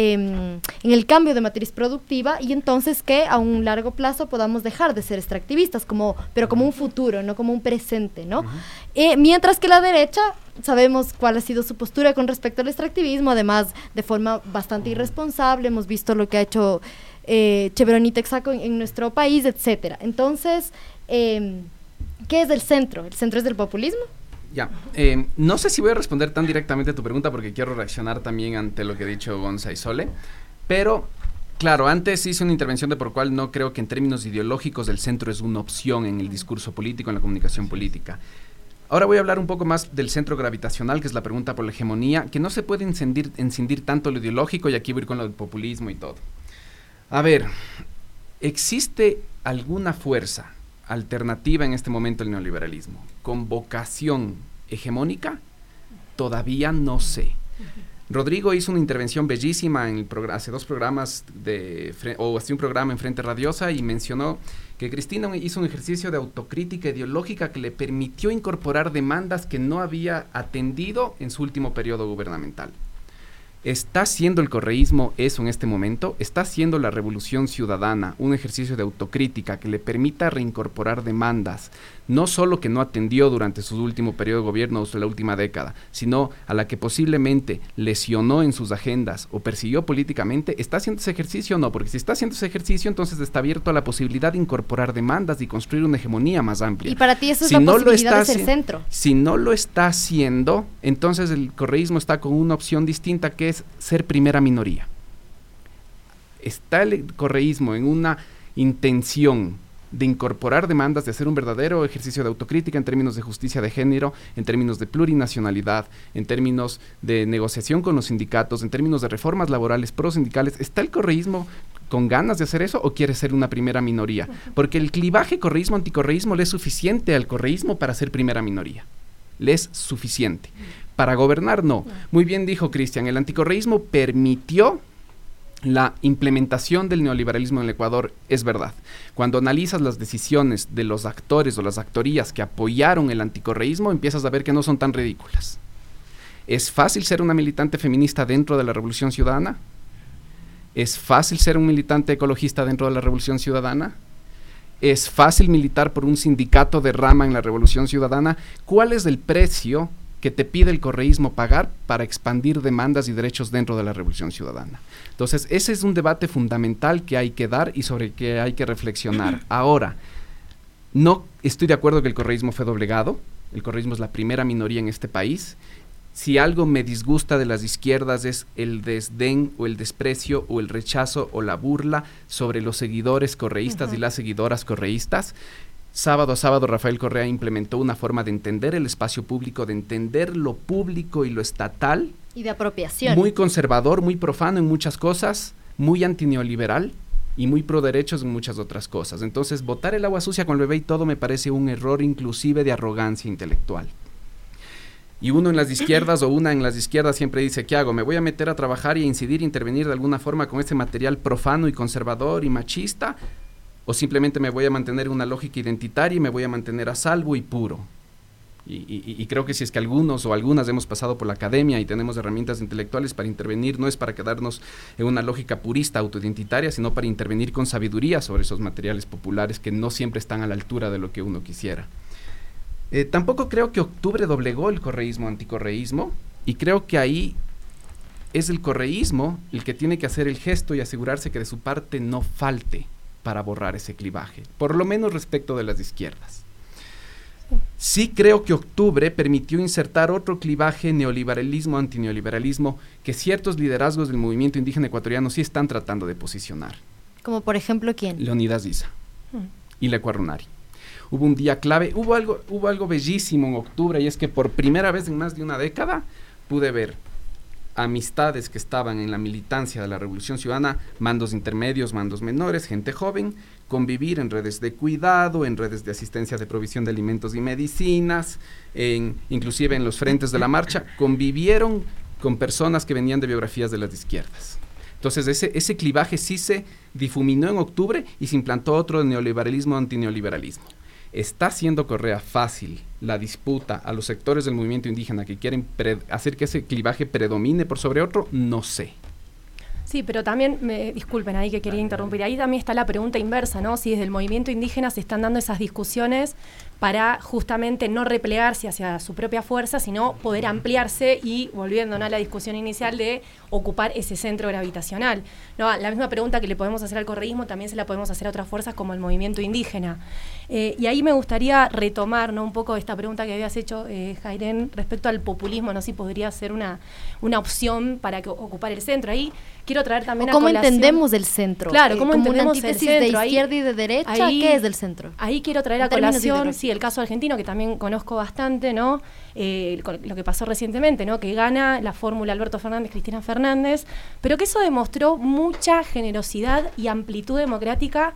el cambio de matriz productiva, y entonces que a un largo plazo podamos dejar de ser extractivistas, pero como un futuro, no como un presente, ¿no? Mientras que la derecha, sabemos cuál ha sido su postura con respecto al extractivismo, además de forma bastante irresponsable. Hemos visto lo que ha hecho Chevron y Texaco en nuestro país, etcétera. Entonces, ¿qué es del centro? ¿El centro es del populismo? Ya, no sé si voy a responder tan directamente a tu pregunta porque quiero reaccionar también ante lo que ha dicho Gonza y Sole, pero claro, antes hice una intervención de por cual no creo que en términos ideológicos el centro es una opción en el discurso político, en la comunicación política. Ahora voy a hablar un poco más del centro gravitacional, que es la pregunta por la hegemonía, que no se puede encindir tanto lo ideológico, y aquí voy a ir con lo del populismo y todo. A ver, ¿existe alguna fuerza alternativa en este momento al neoliberalismo con vocación hegemónica? Todavía no sé. Rodrigo hizo una intervención bellísima hace 2 programas hace un programa en Frente Radiosa, y mencionó que Cristina hizo un ejercicio de autocrítica ideológica que le permitió incorporar demandas que no había atendido en su último periodo gubernamental. ¿Está haciendo el correísmo eso en este momento? ¿Está haciendo la Revolución Ciudadana un ejercicio de autocrítica que le permita reincorporar demandas, no solo que no atendió durante su último periodo de gobierno o la última década, sino a la que posiblemente lesionó en sus agendas o persiguió políticamente? ¿Está haciendo ese ejercicio o no? Porque si está haciendo ese ejercicio, entonces está abierto a la posibilidad de incorporar demandas y construir una hegemonía más amplia. Y para ti eso es la posibilidad de ser centro. Si no lo está haciendo, entonces el correísmo está con una opción distinta, que es ser primera minoría. Está el correísmo en una intención de incorporar demandas, de hacer un verdadero ejercicio de autocrítica en términos de justicia de género, en términos de plurinacionalidad, en términos de negociación con los sindicatos, en términos de reformas laborales prosindicales. ¿Está el correísmo con ganas de hacer eso o quiere ser una primera minoría? Porque el clivaje correísmo-anticorreísmo le es suficiente al correísmo para ser primera minoría. Le es suficiente. Para gobernar, no. Muy bien dijo Cristian, el anticorreísmo permitió la implementación del neoliberalismo en el Ecuador, es verdad. Cuando analizas las decisiones de los actores o las actorías que apoyaron el anticorreísmo, empiezas a ver que no son tan ridículas. ¿Es fácil ser una militante feminista dentro de la Revolución Ciudadana? ¿Es fácil ser un militante ecologista dentro de la Revolución Ciudadana? ¿Es fácil militar por un sindicato de rama en la Revolución Ciudadana? ¿Cuál es el precio que te pide el correísmo pagar para expandir demandas y derechos dentro de la Revolución Ciudadana? Entonces, ese es un debate fundamental que hay que dar y sobre que hay que reflexionar. Ahora, no estoy de acuerdo que el correísmo fue doblegado. El correísmo es la primera minoría en este país. Si algo me disgusta de las izquierdas es el desdén o el desprecio o el rechazo o la burla sobre los seguidores correístas y las seguidoras correístas. Sábado a sábado Rafael Correa implementó una forma de entender el espacio público, de entender lo público y lo estatal. Y de apropiación. Muy conservador, muy profano en muchas cosas, muy antineoliberal y muy pro derechos en muchas otras cosas. Entonces, botar el agua sucia con el bebé y todo me parece un error inclusive de arrogancia intelectual. Y uno en las izquierdas o una en las izquierdas siempre dice, ¿qué hago? ¿Me voy a meter a trabajar y a incidir, intervenir de alguna forma con este material profano y conservador y machista? ¿O simplemente me voy a mantener una lógica identitaria y me voy a mantener a salvo y puro? Y creo que si es que algunos o algunas hemos pasado por la academia y tenemos herramientas intelectuales para intervenir, no es para quedarnos en una lógica purista, autoidentitaria, sino para intervenir con sabiduría sobre esos materiales populares que no siempre están a la altura de lo que uno quisiera. Tampoco creo que octubre doblegó el correísmo anticorreísmo, y creo que ahí es el correísmo el que tiene que hacer el gesto y asegurarse que de su parte no falte para borrar ese clivaje, por lo menos respecto de las izquierdas. Sí creo que octubre permitió insertar otro clivaje neoliberalismo-antineoliberalismo que ciertos liderazgos del movimiento indígena ecuatoriano sí están tratando de posicionar. Como por ejemplo, ¿quién? Leonidas Issa y Lecua Runari. Hubo un día clave, hubo algo bellísimo en octubre, y es que por primera vez en más de una década pude ver amistades que estaban en la militancia de la Revolución Ciudadana, mandos intermedios, mandos menores, gente joven, convivir en redes de cuidado, en redes de asistencia de provisión de alimentos y medicinas, inclusive en los frentes de la marcha, convivieron con personas que venían de biografías de las izquierdas. Entonces ese clivaje sí se difuminó en octubre y se implantó otro de neoliberalismo antineoliberalismo. ¿Está haciendo Correa fácil la disputa a los sectores del movimiento indígena que quieren hacer que ese clivaje predomine por sobre otro? No sé. Sí, pero también, disculpen ahí que quería interrumpir, ahí también está la pregunta inversa, ¿no? Si desde el movimiento indígena se están dando esas discusiones para justamente no replegarse hacia su propia fuerza, sino poder ampliarse y, volviendo, ¿no?, a la discusión inicial de ocupar ese centro gravitacional, ¿no? La misma pregunta que le podemos hacer al correísmo también se la podemos hacer a otras fuerzas como el movimiento indígena. Y ahí me gustaría retomar, ¿no?, un poco esta pregunta que habías hecho, Jairen, respecto al populismo, ¿no?, si podría ser una opción para ocupar el centro. Ahí quiero traer también ¿cómo entendemos el centro? Claro, ¿cómo entendemos una antítesis el centro? de izquierda y de derecha? ¿Qué es del centro? Ahí quiero traer a colación, sí, el caso argentino, que también conozco bastante, ¿no? Lo que pasó recientemente, ¿no?, que gana la fórmula Alberto Fernández, Cristina Fernández, pero que eso demostró mucha generosidad y amplitud democrática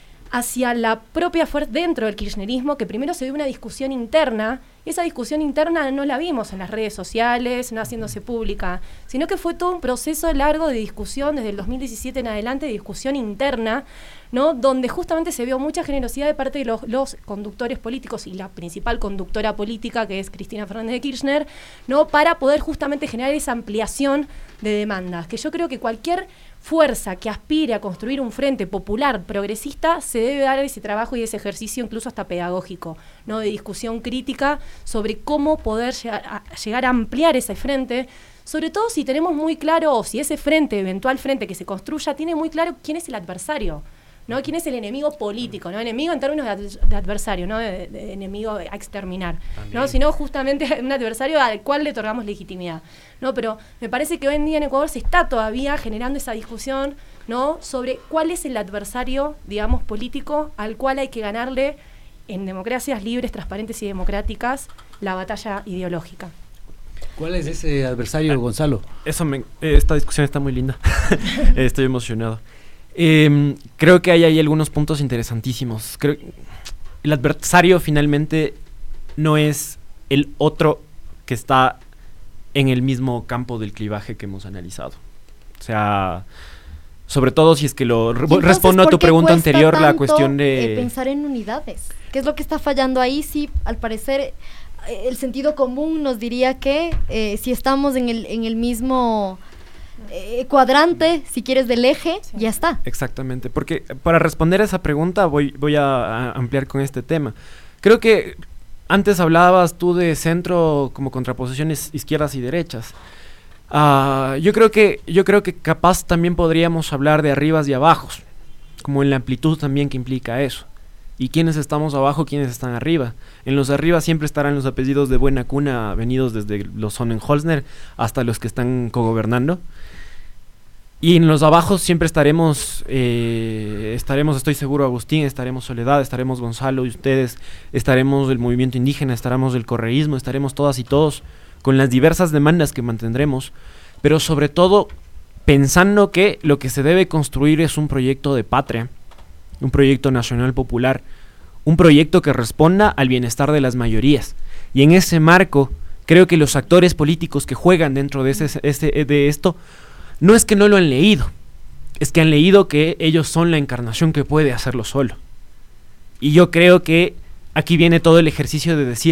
hacia la propia fuerza dentro del kirchnerismo, que primero se dio una discusión interna. Esa discusión interna no la vimos en las redes sociales, no haciéndose pública, sino que fue todo un proceso largo de discusión desde el 2017 en adelante, de discusión interna, ¿no?, donde justamente se vio mucha generosidad de parte de los conductores políticos y la principal conductora política, que es Cristina Fernández de Kirchner, ¿no?, para poder justamente generar esa ampliación de demandas, que yo creo que cualquier fuerza que aspire a construir un frente popular progresista se debe dar ese trabajo y ese ejercicio incluso hasta pedagógico, ¿no?, de discusión crítica sobre cómo poder llegar a ampliar ese frente, sobre todo si tenemos muy claro, o si ese frente, eventual frente que se construya, tiene muy claro quién es el adversario, ¿no?, quién es el enemigo político, ¿no?, enemigo en términos de adversario, no de enemigo a exterminar, ¿no?, sino justamente un adversario al cual le otorgamos legitimidad, ¿no? Pero me parece que hoy en día en Ecuador se está todavía generando esa discusión, ¿no?, sobre cuál es el adversario, digamos, político al cual hay que ganarle en democracias libres, transparentes y democráticas la batalla ideológica. ¿Cuál es ese adversario, Gonzalo? Esta discusión está muy linda. Estoy emocionado. Creo que hay ahí algunos puntos interesantísimos. Creo que el adversario finalmente no es el otro que está en el mismo campo del clivaje que hemos analizado. O sea, sobre todo si es que respondo a tu pregunta anterior, la cuestión de pensar en unidades. ¿Qué es lo que está fallando ahí? Sí, al parecer el sentido común nos diría que si estamos en el mismo cuadrante, si quieres, del eje, sí, ya está. Exactamente, porque para responder a esa pregunta voy a ampliar con este tema. Creo que antes hablabas tú de centro como contraposiciones izquierdas y derechas. Yo creo que capaz también podríamos hablar de arribas y abajos, como en la amplitud también que implica eso. ¿Y quiénes estamos abajo, quiénes están arriba? En los arriba siempre estarán los apellidos de buena cuna venidos desde los Sonnenholzner hasta los que están cogobernando. Y en los abajos siempre estaremos, estoy seguro, Agustín, estaremos Soledad, estaremos Gonzalo y ustedes, estaremos el movimiento indígena, estaremos el correísmo, estaremos todas y todos con las diversas demandas que mantendremos, pero sobre todo pensando que lo que se debe construir es un proyecto de patria, un proyecto nacional popular, un proyecto que responda al bienestar de las mayorías. Y en ese marco, creo que los actores políticos que juegan dentro de esto, no es que no lo han leído, es que han leído que ellos son la encarnación que puede hacerlo solo. Y yo creo que aquí viene todo el ejercicio de decir,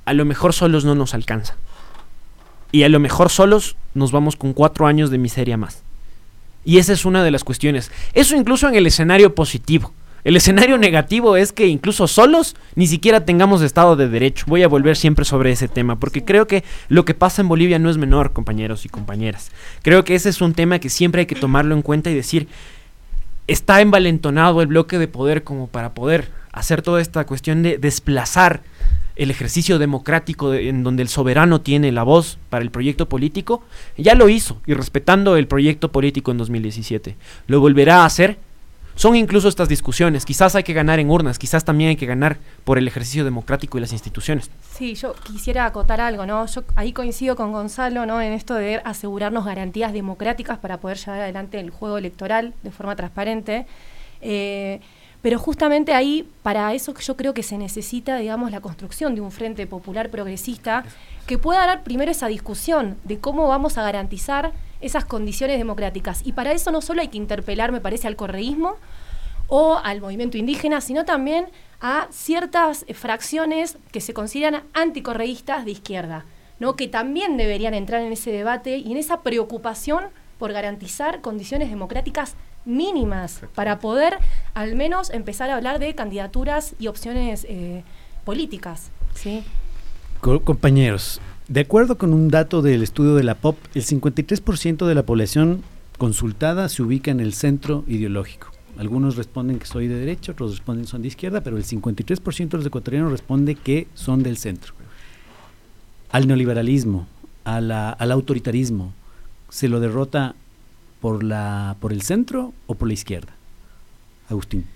a lo mejor solos no nos alcanza. Y a lo mejor solos nos vamos con 4 años de miseria más. Y esa es una de las cuestiones. Eso incluso en el escenario positivo. El escenario negativo es que incluso solos ni siquiera tengamos Estado de Derecho. Voy a volver siempre sobre ese tema, porque creo que lo que pasa en Bolivia no es menor, compañeros y compañeras. Creo que ese es un tema que siempre hay que tomarlo en cuenta y decir, está envalentonado el bloque de poder como para poder hacer toda esta cuestión de desplazar el ejercicio democrático en donde el soberano tiene la voz para el proyecto político. Ya lo hizo, y respetando el proyecto político en 2017. Lo volverá a hacer. Son incluso estas discusiones. Quizás hay que ganar en urnas, quizás también hay que ganar por el ejercicio democrático y las instituciones. Sí, yo quisiera acotar algo, ¿no? Yo ahí coincido con Gonzalo, ¿no? En esto de asegurarnos garantías democráticas para poder llevar adelante el juego electoral de forma transparente. Pero justamente ahí, para eso yo creo que se necesita, digamos, la construcción de un frente popular progresista que pueda dar primero esa discusión de cómo vamos a garantizar esas condiciones democráticas. Y para eso no solo hay que interpelar, me parece, al correísmo o al movimiento indígena, sino también a ciertas fracciones que se consideran anticorreístas de izquierda, ¿no? Que también deberían entrar en ese debate y en esa preocupación por garantizar condiciones democráticas mínimas para poder al menos empezar a hablar de candidaturas y opciones políticas, ¿sí? Compañeros, de acuerdo con un dato del estudio de la POP, el 53% de la población consultada se ubica en el centro ideológico. Algunos responden que soy de derecha, otros responden que son de izquierda, pero el 53% de los ecuatorianos responde que son del centro. Al neoliberalismo, al autoritarismo, ¿se lo derrota por el centro o por la izquierda? Agustín.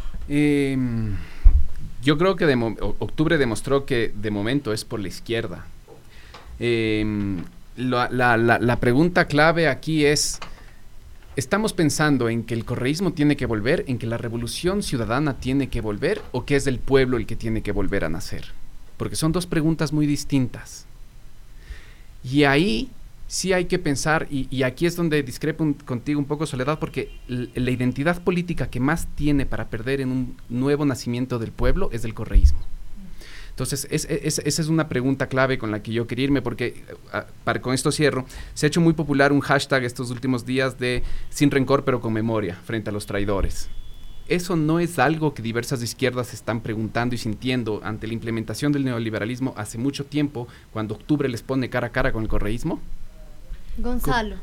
Yo creo que octubre demostró que de momento es por la izquierda. La pregunta clave aquí es, ¿estamos pensando en que el correísmo tiene que volver, en que la revolución ciudadana tiene que volver, o que es el pueblo el que tiene que volver a nacer? Porque son dos preguntas muy distintas. Y ahí sí hay que pensar, y aquí es donde discrepo contigo un poco, Soledad, porque la identidad política que más tiene para perder en un nuevo nacimiento del pueblo es el correísmo. Entonces, esa es una pregunta clave con la que yo quería irme, porque con esto cierro. Se ha hecho muy popular un hashtag estos últimos días de sin rencor pero con memoria frente a los traidores. ¿Eso no es algo que diversas izquierdas están preguntando y sintiendo ante la implementación del neoliberalismo hace mucho tiempo, cuando octubre les pone cara a cara con el correísmo? Gonzalo.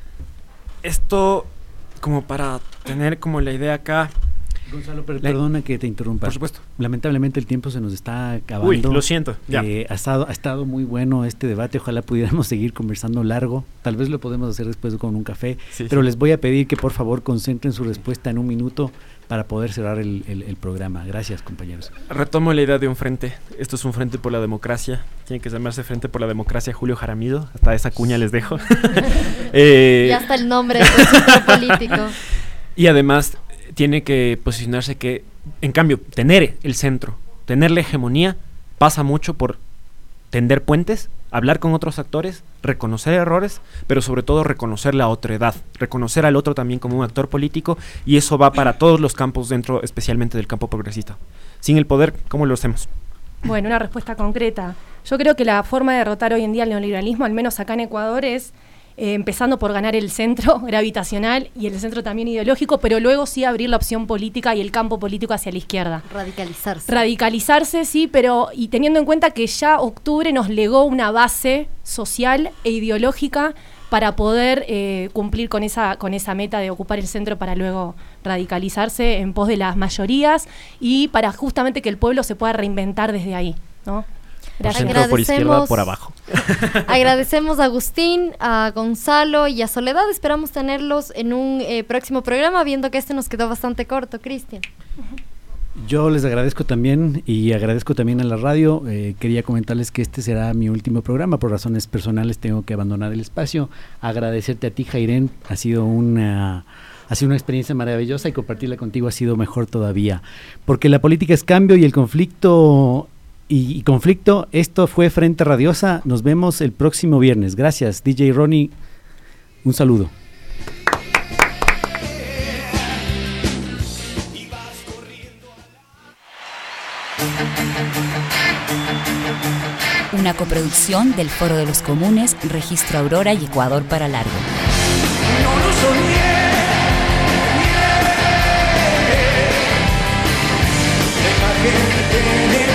Esto, como para tener como la idea acá. Gonzalo, perdona que te interrumpa. Por supuesto. Lamentablemente el tiempo se nos está acabando. Uy, lo siento. Ya. Ha estado muy bueno este debate. Ojalá pudiéramos seguir conversando largo. Tal vez lo podemos hacer después con un café. Sí, pero sí. Les voy a pedir que por favor concentren su respuesta en un minuto para poder cerrar el programa. Gracias, compañeros. Retomo la idea de un frente. Esto es un frente por la democracia. Tiene que llamarse Frente por la Democracia Julio Jaramillo. Hasta esa cuña les dejo. Ya está el nombre del centro político. Y además tiene que posicionarse que, en cambio, tener el centro, tener la hegemonía, pasa mucho por tender puentes, hablar con otros actores, reconocer errores, pero sobre todo reconocer la otredad, reconocer al otro también como un actor político, y eso va para todos los campos dentro, especialmente del campo progresista. Sin el poder, ¿cómo lo hacemos? Bueno, una respuesta concreta. Yo creo que la forma de derrotar hoy en día el neoliberalismo, al menos acá en Ecuador, es empezando por ganar el centro gravitacional y el centro también ideológico, pero luego sí abrir la opción política y el campo político hacia la izquierda. Radicalizarse, sí, pero y teniendo en cuenta que ya octubre nos legó una base social e ideológica para poder cumplir con esa meta de ocupar el centro para luego radicalizarse en pos de las mayorías y para justamente que el pueblo se pueda reinventar desde ahí, ¿no? Por centro, por izquierda, por abajo. Agradecemos a Agustín, a Gonzalo y a Soledad. Esperamos tenerlos en un próximo programa, viendo que este nos quedó bastante corto. Cristian. Yo les agradezco también y agradezco también a la radio. Quería comentarles que este será mi último programa. Por razones personales tengo que abandonar el espacio. Agradecerte a ti, Jairén. Ha sido una experiencia maravillosa y compartirla contigo ha sido mejor todavía. Porque la política es cambio y el conflicto... Y conflicto, esto fue Frente Radiosa, nos vemos el próximo viernes. Gracias, DJ Ronnie, un saludo. Una coproducción del Foro de los Comunes, Registro Aurora y Ecuador para Largo. No lo soñé. Deja que te